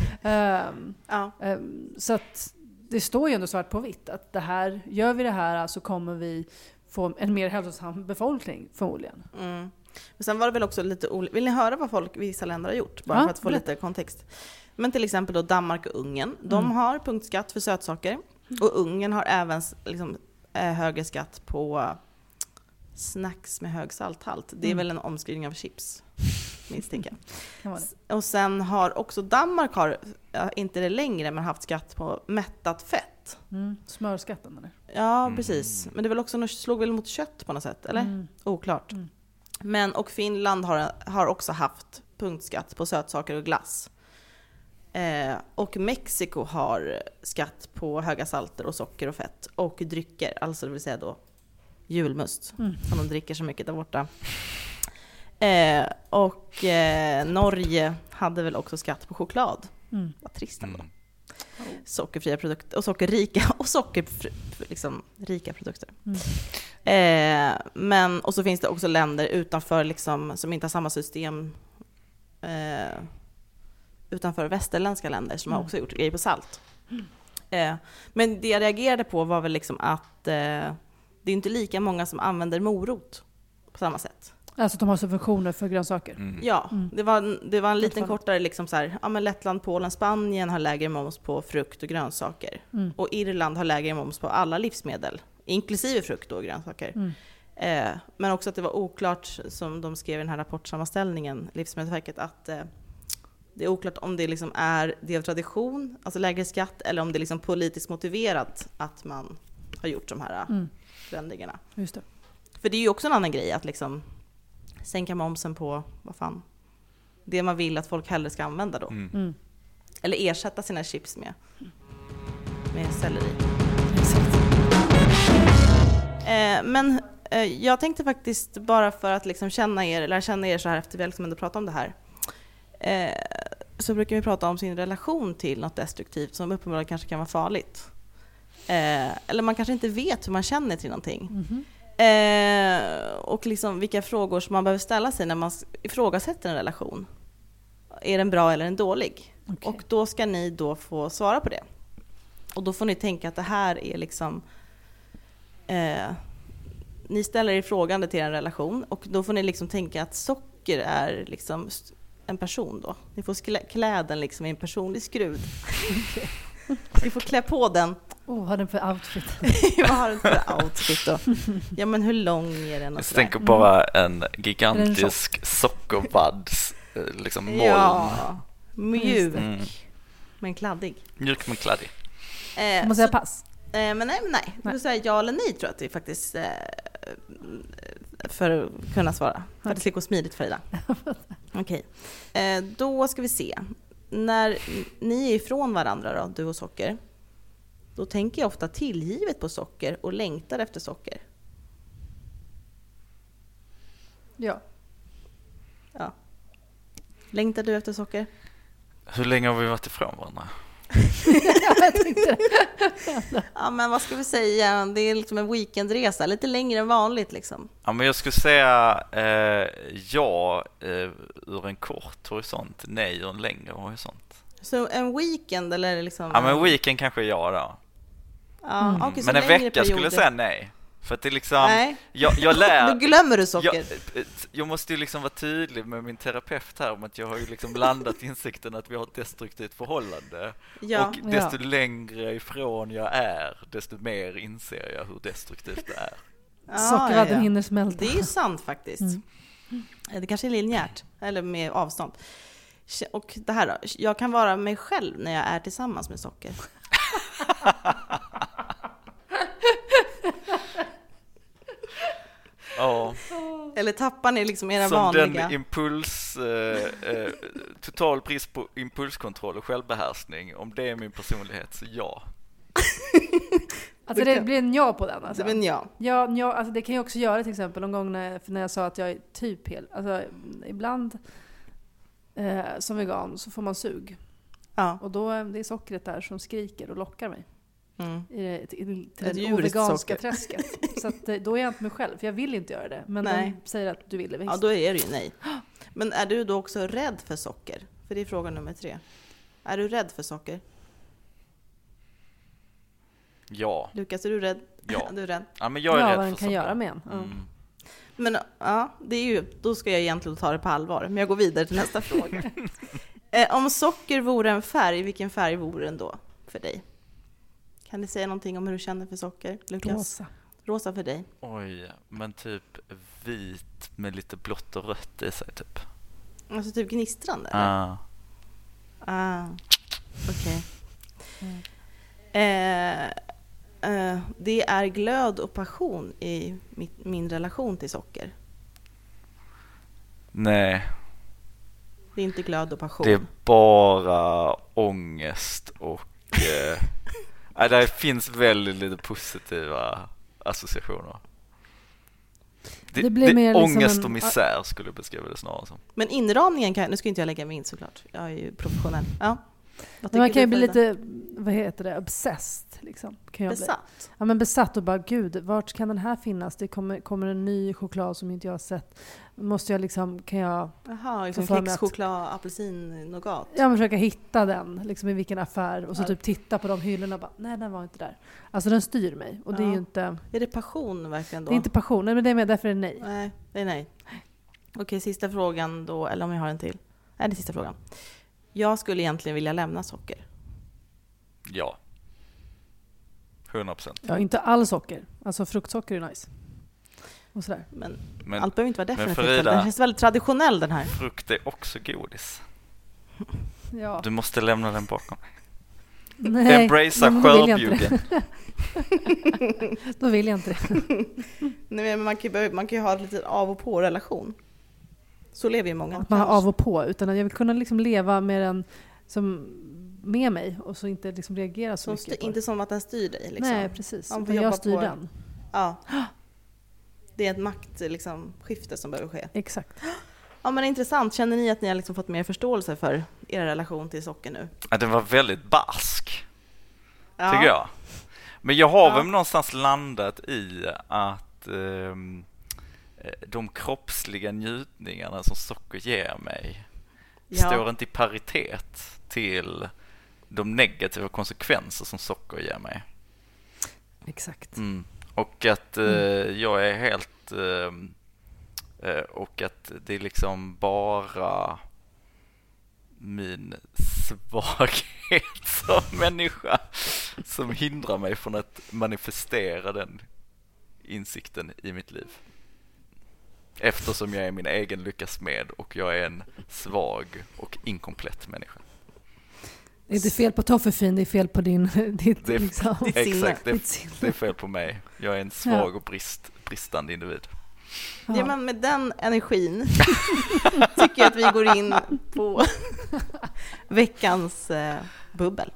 Så att det står ju ändå svart på vitt att det här, gör vi det här så kommer vi få en mer hälsosam befolkning förmodligen. Men sen var det väl också lite vill ni höra vad vissa länder har gjort? Bara för att få lite kontext. Men till exempel då Danmark och Ungern. De har punktskatt för sötsaker. Och Ungern har även liksom, högre skatt på snacks med hög salthalt. Det är väl en omskrivning av chips, misstänker jag. Och sen har också Danmark, inte det längre, men haft skatt på mättat fett. Smörskatten eller? Ja, precis. Men det väl också slog väl mot kött på något sätt, eller? Oklart. Men och Finland har också haft punktskatt på sötsaker och glass. Och Mexiko har skatt på höga salter och socker och fett och drycker, alltså det vill säga då julmust som de dricker så mycket där borta. Och Norge hade väl också skatt på choklad. Vad trist ändå. Sockerfria produkter och sockerrika och liksom rika produkter. Men och så finns det också länder utanför liksom, som inte har samma system utanför västerländska länder som har också gjort grejer på salt. Men det jag reagerade på var väl liksom att det är inte lika många som använder morot på samma sätt. Alltså att de har subventioner för grönsaker. Ja, det var en liten kortare liksom så här, ja men Lettland, Polen, Spanien har lägre moms på frukt och grönsaker. Och Irland har lägre moms på alla livsmedel, inklusive frukt och grönsaker. Men också att det var oklart, som de skrev i den här rapportsammanställningen, Livsmedelsverket, att det är oklart om det liksom är det av tradition, alltså lägre skatt, eller om det är liksom politiskt motiverat att man har gjort de här förändringarna. Just det. För det är ju också en annan grej att liksom sänka momsen på, vad fan, det man vill att folk hellre ska använda då. Eller ersätta sina chips med selleri. Men jag tänkte faktiskt, bara för att liksom lära känna er så här efter vi liksom ändå pratat om det här, så brukar vi prata om sin relation till något destruktivt som uppenbarligen kanske kan vara farligt. Eller man kanske inte vet hur man känner till någonting. Och liksom vilka frågor som man behöver ställa sig när man ifrågasätter en relation. Är den bra eller en dålig? Okay. Och då ska ni då få svara på det. Och då får ni tänka att det här är liksom ni ställer er frågande till en relation, och då får ni liksom tänka att socker är liksom en person då. Ni får klä den liksom i en personlig skrud. Ni får klä på den. Vad har den för outfit? Vad har den för outfit då? Ja, men hur lång är den? Jag tänker bara en gigantisk sockervadd, liksom moln. Ja, mjuk men kladdig. Mjuk men kladdig. Man säger pass. Men nej. Du får säga ja eller nej, tror jag att det är faktiskt för att kunna svara. För att det ska gå smidigt för Ida. Okej. Då ska vi se. När ni är ifrån varandra då, du och socker, då tänker jag ofta tillgivet på socker och längtar efter socker. Ja. Längtar du efter socker? Hur länge har vi varit ifrån varandra? Ja, men vad ska vi säga? Det är liksom en weekendresa, lite längre än vanligt liksom. Ja, men jag skulle säga ur en kort horisont, nej ur en längre horisont. Så en weekend eller liksom? Ja, men weekend kanske jag då. Ja, okay, men en vecka skulle jag säga nej. För att det liksom, nej. Jag lär... Då glömmer du socker. Jag måste ju liksom vara tydlig med min terapeut här om att jag har ju liksom landat insikten att vi har ett destruktivt förhållande. Ja. Och desto längre ifrån jag är, desto mer inser jag hur destruktivt det är. Sockervadden hinner smälta. Det är ju sant faktiskt. Det kanske är linjärt, eller med avstånd. Och det här då, jag kan vara mig själv när jag är tillsammans med socker. Ja. Eller tappar ni liksom era som vanliga... den total brist på impulskontroll och självbehärskning. Om det är min personlighet, så ja. Alltså det blir en ja på den alltså. Det blir en ja. Ja, alltså det kan jag också göra till exempel någon gång när jag sa att jag är typ hel. Alltså ibland som vegan så får man sug. Ja. Och då det är sockret där som skriker och lockar mig. Till det veganska träsket. Så att, då är jag inte mig själv. För jag vill inte göra det. Men de säger att du vill det. Visst. Ja, då är det ju nej. Men är du då också rädd för socker? För det är fråga nummer 3. Är du rädd för socker? Ja. Lukas, är du rädd? Ja. Du är rädd? Ja, men jag är rädd vad för den kan socker. göra med en. Men ja, det är ju, då ska jag egentligen ta det på allvar. Men jag går vidare till nästa fråga. Om socker vore en färg, vilken färg vore den då för dig? Kan du säga någonting om hur du känner för socker, Lukas? Rosa. Rosa för dig. Oj, men typ vit med lite blått och rött i sig typ. Alltså typ gnistrande? Eller? Okej. Det är glöd och passion i min relation till socker. Nej. Det är inte glöd och passion. Det är bara ångest och det finns väldigt lite positiva associationer. Det blir mer ångest liksom och misär skulle jag beskriva det snarare som. Men inramningen nu ska inte jag lägga mig in såklart. Jag är ju professionell. Ja. Man kan ju bli lite, vad heter det, obsessed liksom. Kan jag besatt? Bli. Ja, men besatt och bara, gud, vart kan den här finnas? Det kommer en ny choklad som inte jag har sett. Måste jag liksom, kan jag... Jaha, liksom kexchoklad, apelsin, nougat. Jag försöker hitta den, liksom i vilken affär. Och så typ titta på de hyllorna och bara, nej, den var inte där. Alltså den styr mig. Och det är ju inte... Är det passion verkligen då? Det är inte passion, men det är med, därför är det nej. Nej, det är nej. Okej, sista frågan då, eller om jag har en till. Nej, det är sista frågan. Jag skulle egentligen vilja lämna socker. Ja. 100%. Ja, inte all socker. Alltså fruktsocker är nice. Och sådär. Men allt behöver inte vara definitivt. Frida, den känns väldigt traditionell den här. Frukt är också godis. Ja. Du måste lämna den bakom. Nej, embracea skörbjuggen. Då vill jag inte det. Nej, men man kan ju ha en liten av och på relation. Så lever ju många. Att man har av och på, utan att jag vill kunna liksom leva med den som med mig och så inte liksom reagera så mycket. Inte som att den styr dig. Liksom. Nej, precis. Men jag styr den. Ja. Det är ett maktskifte som behöver ske. Exakt. Ja, men intressant. Känner ni att ni har liksom fått mer förståelse för er relation till socker nu? Ja, den var väldigt barsk. Tycker jag. Men jag har väl någonstans landat i att de kroppsliga njutningarna som socker ger mig står inte i paritet till de negativa konsekvenser som socker ger mig. Exakt. Och att jag är helt och att det är liksom bara min svaghet som människa som hindrar mig från att manifestera den insikten i mitt liv. Eftersom jag är min egen lyckas med och jag är en svag och inkomplett människa. Det är inte fel på Toffefin, det är fel på ditt liksom. Exakt, det är fel på mig. Jag är en svag och bristande individ. Ja, men med den energin tycker jag att vi går in på veckans bubbel.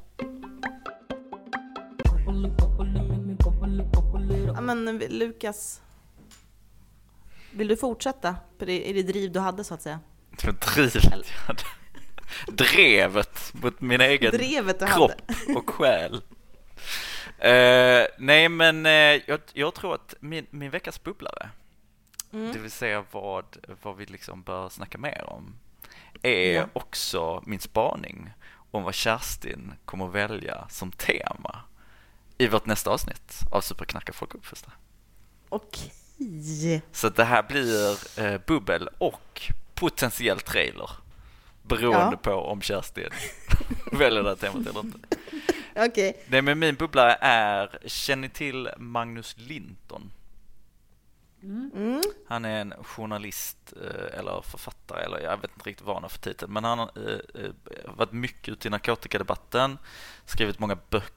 Ja, men Lukas, vill du fortsätta på det driv du hade så att säga? Drevet mot min egen kropp och själ. Nej, men jag tror att min veckas bubblare, det vill säga vad vi liksom bör snacka mer om, är också min spaning om vad Kerstin kommer att välja som tema i vårt nästa avsnitt av Superknacka folk uppfostra. Okej. Så det här blir bubbel och potentiell trailer beroende på om Kerstin väljer det här temat eller inte. Okej. Nej, men min bubblare är, känner till Magnus Linton? Han är en journalist eller författare, eller jag vet inte riktigt vad han har för titel, men han har varit mycket ute i narkotikadebatten, skrivit många böcker.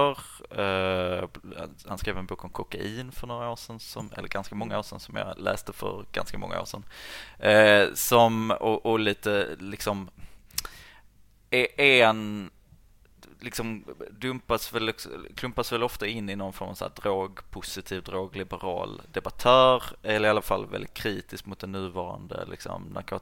Han skrev en bok om kokain för några år sedan, eller ganska många år sedan, som jag läste för ganska många år sedan. Och lite liksom är en liksom klumpas väl ofta in i någon form av så här drogpositiv, drogliberal debattör, eller i alla fall väldigt kritisk mot den nuvarande liksom,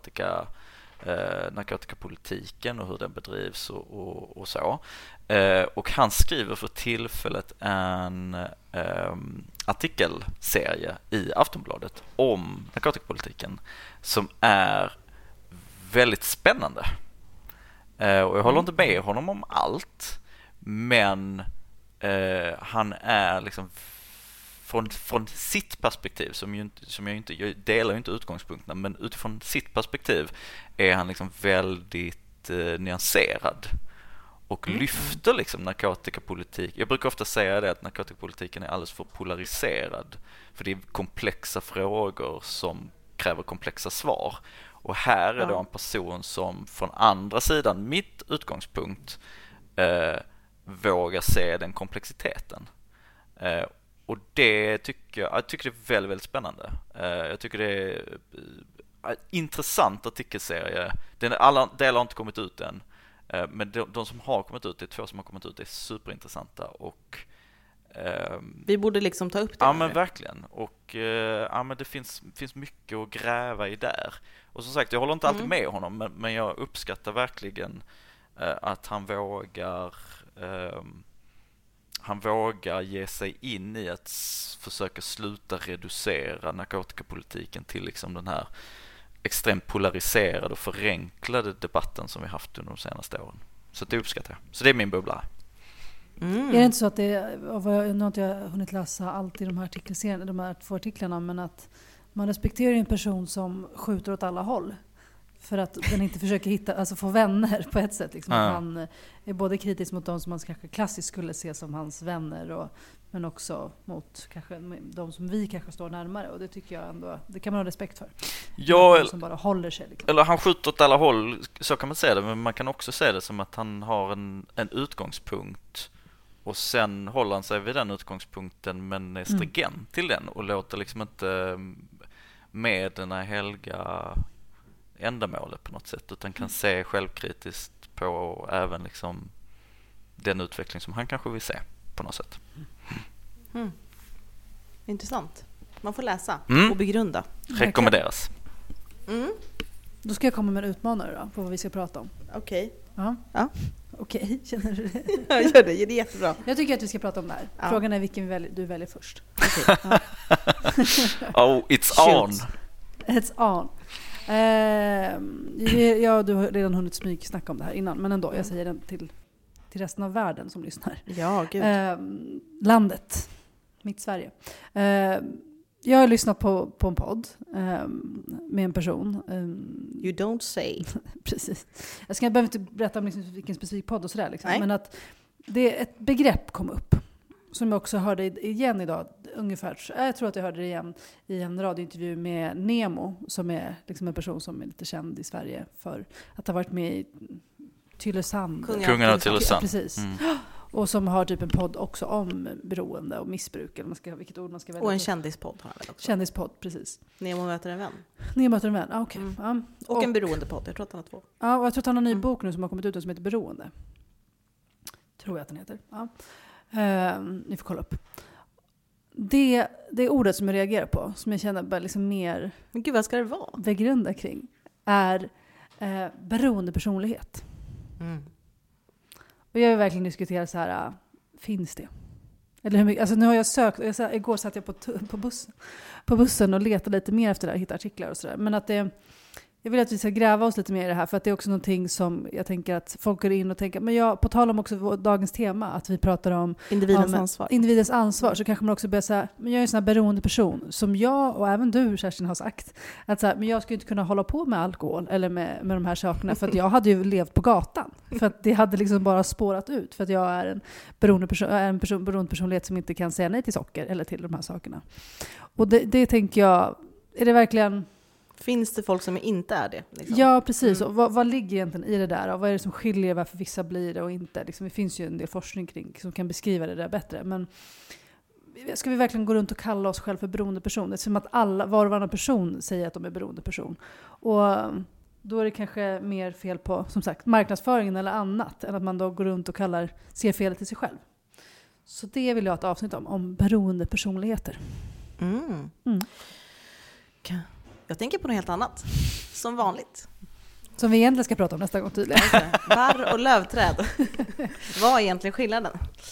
narkotikapolitiken och hur den bedrivs och så. Och han skriver för tillfället en artikelserie i Aftonbladet om narkotikapolitiken som är väldigt spännande. Och jag håller inte med honom om allt, men han är liksom från sitt perspektiv, jag delar ju inte utgångspunkterna, men utifrån sitt perspektiv är han liksom väldigt nyanserad och lyfter liksom narkotikapolitik. Jag brukar ofta säga det, att narkotikapolitiken är alldeles för polariserad, för det är komplexa frågor som kräver komplexa svar. Och här är då en person som från andra sidan, mitt utgångspunkt, vågar se den komplexiteten. Och det tycker jag det är väldigt, väldigt spännande. Jag tycker det är en intressant artikelserie. Alla delar har inte kommit ut än, men de som har kommit ut, det är 2 som har kommit ut, är superintressanta. Och vi borde liksom ta upp det. Ja, men verkligen. Och men det finns mycket att gräva i där. Och som sagt, jag håller inte alltid med honom, men jag uppskattar verkligen att han vågar ge sig in i att försöka sluta reducera narkotikapolitiken till liksom den här extremt polariserade och förenklade debatten som vi haft under de senaste åren. Så det uppskattar jag. Så det är min bubbla. Är det inte så att nu har inte jag hunnit läsa allt i de här 2 artiklarna, men att man respekterar en person som skjuter åt alla håll för att den inte försöker få vänner på ett sätt. Liksom. Att han är både kritisk mot de som man kanske klassiskt skulle se som hans vänner, men också mot kanske de som vi kanske står närmare. Och det tycker jag ändå, det kan man ha respekt för. Ja, som bara håller sig. Liksom. Eller han skjuter åt alla håll, så kan man säga det. Men man kan också säga det som att han har en utgångspunkt. Och sen håller han sig vid den utgångspunkten, men är stringent till den och låter liksom inte medierna helga ändamålet på något sätt, utan kan se självkritiskt på även liksom den utveckling som han kanske vill se på något sätt. Intressant. Man får läsa och begrunda. Rekommenderas. Då ska jag komma med en utmanare då, på vad vi ska prata om. Okej. Ja. Okej, känner du det? Jag gör det, det är jättebra. Jag tycker att vi ska prata om det här. Ja. Frågan är vilken du väljer först. Okay. Oh, it's on. It's on. Du har redan hunnit smygsnacka om det här innan, men ändå, jag säger den till resten av världen som lyssnar. Ja, gud. Landet, mitt Sverige. Jag har lyssnat på en podd med en person. You don't say. Precis. Jag behöver inte berätta om liksom vilken specifik podd och sådär. Liksom. Men att ett begrepp kom upp som jag också hörde igen idag. Ungefär, jag tror att jag hörde det igen i en radiointervju med Nemo, som är liksom en person som är lite känd i Sverige för att ha varit med i Tylösand. Kungen av Tylösand. Precis. Och som har typ en podd också om beroende och missbruk. Eller vilket ord man ska välja. Och en kändispodd har han väl också. Kändispodd, precis. Nemo möter en vän. Nemo möter en vän, okej. Och en beroendepodd, jag tror att han har 2. Ja, och jag tror att han har en ny bok nu som har kommit ut som heter Beroende. Tror jag att den heter. Ja. Ni får kolla upp. Det ordet som jag reagerar på, som jag känner bara liksom mer... Men gud, vad ska det vara? Begrunda kring, är beroendepersonlighet. Och jag vill verkligen diskutera så här, finns det? Eller hur mycket, alltså nu har jag sökt, igår satt jag på bussen och letade lite mer efter det här, hitta artiklar och sådär. Men att jag vill att vi ska gräva oss lite mer i det här, för att det är också någonting som jag tänker att folk går in och tänker, men på tal om också dagens tema, att vi pratar om individens ansvar, så kanske man också börjar säga, men jag är en sån här beroende person, som jag och även du, Kerstin, har sagt, att så här, men jag skulle inte kunna hålla på med alkohol eller med de här sakerna, för att jag hade ju levt på gatan, för att det hade liksom bara spårat ut, för att jag är en beroende personlighet som inte kan säga nej till socker eller till de här sakerna. Och det tänker jag, är det verkligen... Finns det folk som inte är det? Liksom? Ja, precis. Och vad ligger egentligen i det där? Och vad är det som skiljer varför vissa blir det och inte? Liksom, det finns ju en del forskning kring som kan beskriva det där bättre. Men ska vi verkligen gå runt och kalla oss själv för beroende person? Det är som att var och varannan person säger att de är beroende person. Och Då är det kanske mer fel på, som sagt, marknadsföringen eller annat. Än att man då går runt och ser felet i sig själv. Så det vill jag ha ett avsnitt om beroende personligheter. Jag tänker på något helt annat. Som vanligt. Som vi egentligen ska prata om nästa gång tydligen. Barr och lövträd. Vad är egentligen skillnaden?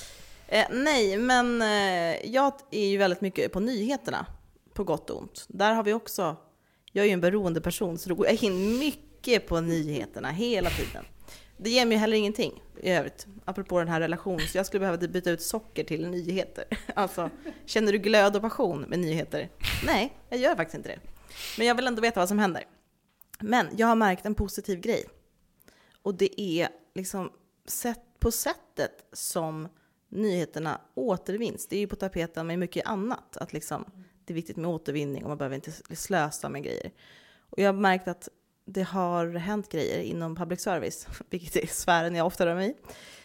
Nej, men jag är ju väldigt mycket på nyheterna. På gott och ont. Där har vi också... Jag är ju en beroende person, så då går jag in mycket på nyheterna hela tiden. Det ger mig heller ingenting i övrigt. Apropå den här relationen. Så jag skulle behöva byta ut socker till nyheter. Alltså, känner du glöd och passion med nyheter? Nej, jag gör faktiskt inte det. Men jag vill ändå veta vad som händer. Men jag har märkt en positiv grej. Och det är liksom på sättet som nyheterna återvinns. Det är ju på tapeten med mycket annat. Att liksom, det är viktigt med återvinning och man behöver inte slösa med grejer. Och jag har märkt att det har hänt grejer inom public service, vilket är sfären jag ofta rör mig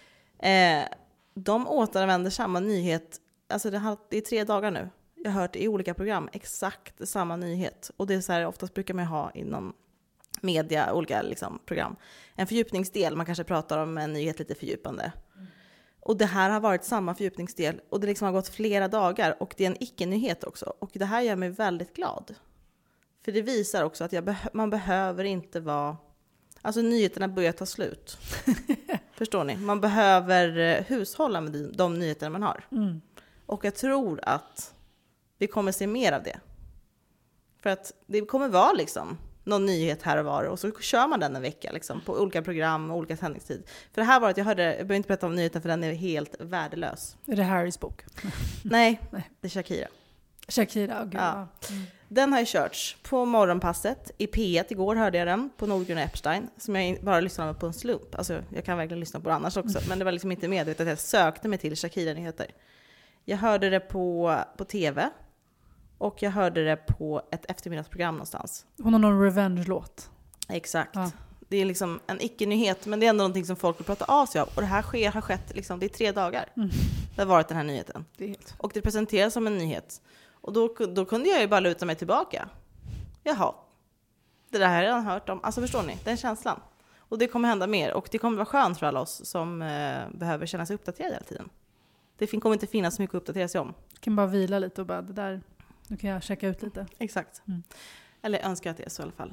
i. De återanvänder samma nyhet, alltså det är 3 dagar nu. Jag har hört i olika program exakt samma nyhet. Och det är så här, oftast brukar man ha inom media, olika liksom, program. En fördjupningsdel, man kanske pratar om en nyhet lite fördjupande. Och det här har varit samma fördjupningsdel och det liksom har gått flera dagar och det är en icke-nyhet också. Och det här gör mig väldigt glad. För det visar också att man behöver inte vara... Alltså nyheterna börjar ta slut. Förstår ni? Man behöver hushålla med de nyheterna man har. Mm. Och jag tror att vi kommer se mer av det. För att det kommer vara liksom någon nyhet här och var och så kör man den en vecka liksom, på olika program och olika sändningstid. För det här var att jag behöver inte berätta om nyheten för den är helt värdelös. Är det Harrys bok? Nej, det är Shakira. Shakira, okay. Ja. Mm. Den har ju körts på morgonpasset i P1 igår, hörde jag den på Nordgren och Epstein som jag bara lyssnade på en slump. Alltså jag kan verkligen lyssna på det annars också, men det var liksom inte medvetet att jag sökte mig till Shakira-nyheter. Jag hörde det på TV och jag hörde det på ett eftermiddagsprogram någonstans. Hon har någon revenge-låt. Exakt. Ja. Det är liksom en icke-nyhet, men det är ändå någonting som folk vill prata av sig av. Och det här har skett, liksom, det är 3 dagar. Det har varit den här nyheten. Och det presenteras som en nyhet. Och då kunde jag ju bara luta mig tillbaka. Jaha, det där har jag redan hört om. Alltså förstår ni, den känslan. Och det kommer hända mer. Och det kommer vara skönt för alla oss som behöver känna sig uppdaterade hela tiden. Det kommer inte finnas så mycket att uppdatera sig om. Jag kan bara vila lite och bara, det där, nu kan jag checka ut lite. Exakt. Eller önskar att det är så i alla fall.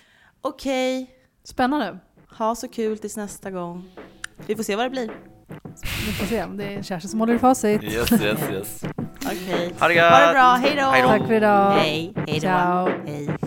Okej. Spännande. Ha så kul tills nästa gång. Vi får se vad det blir. Vi får se om det är Kerstin som håller i facit. Yes. Okej. Ha det bra. Hej då. Tack för idag. Hej då. Ciao. Hej.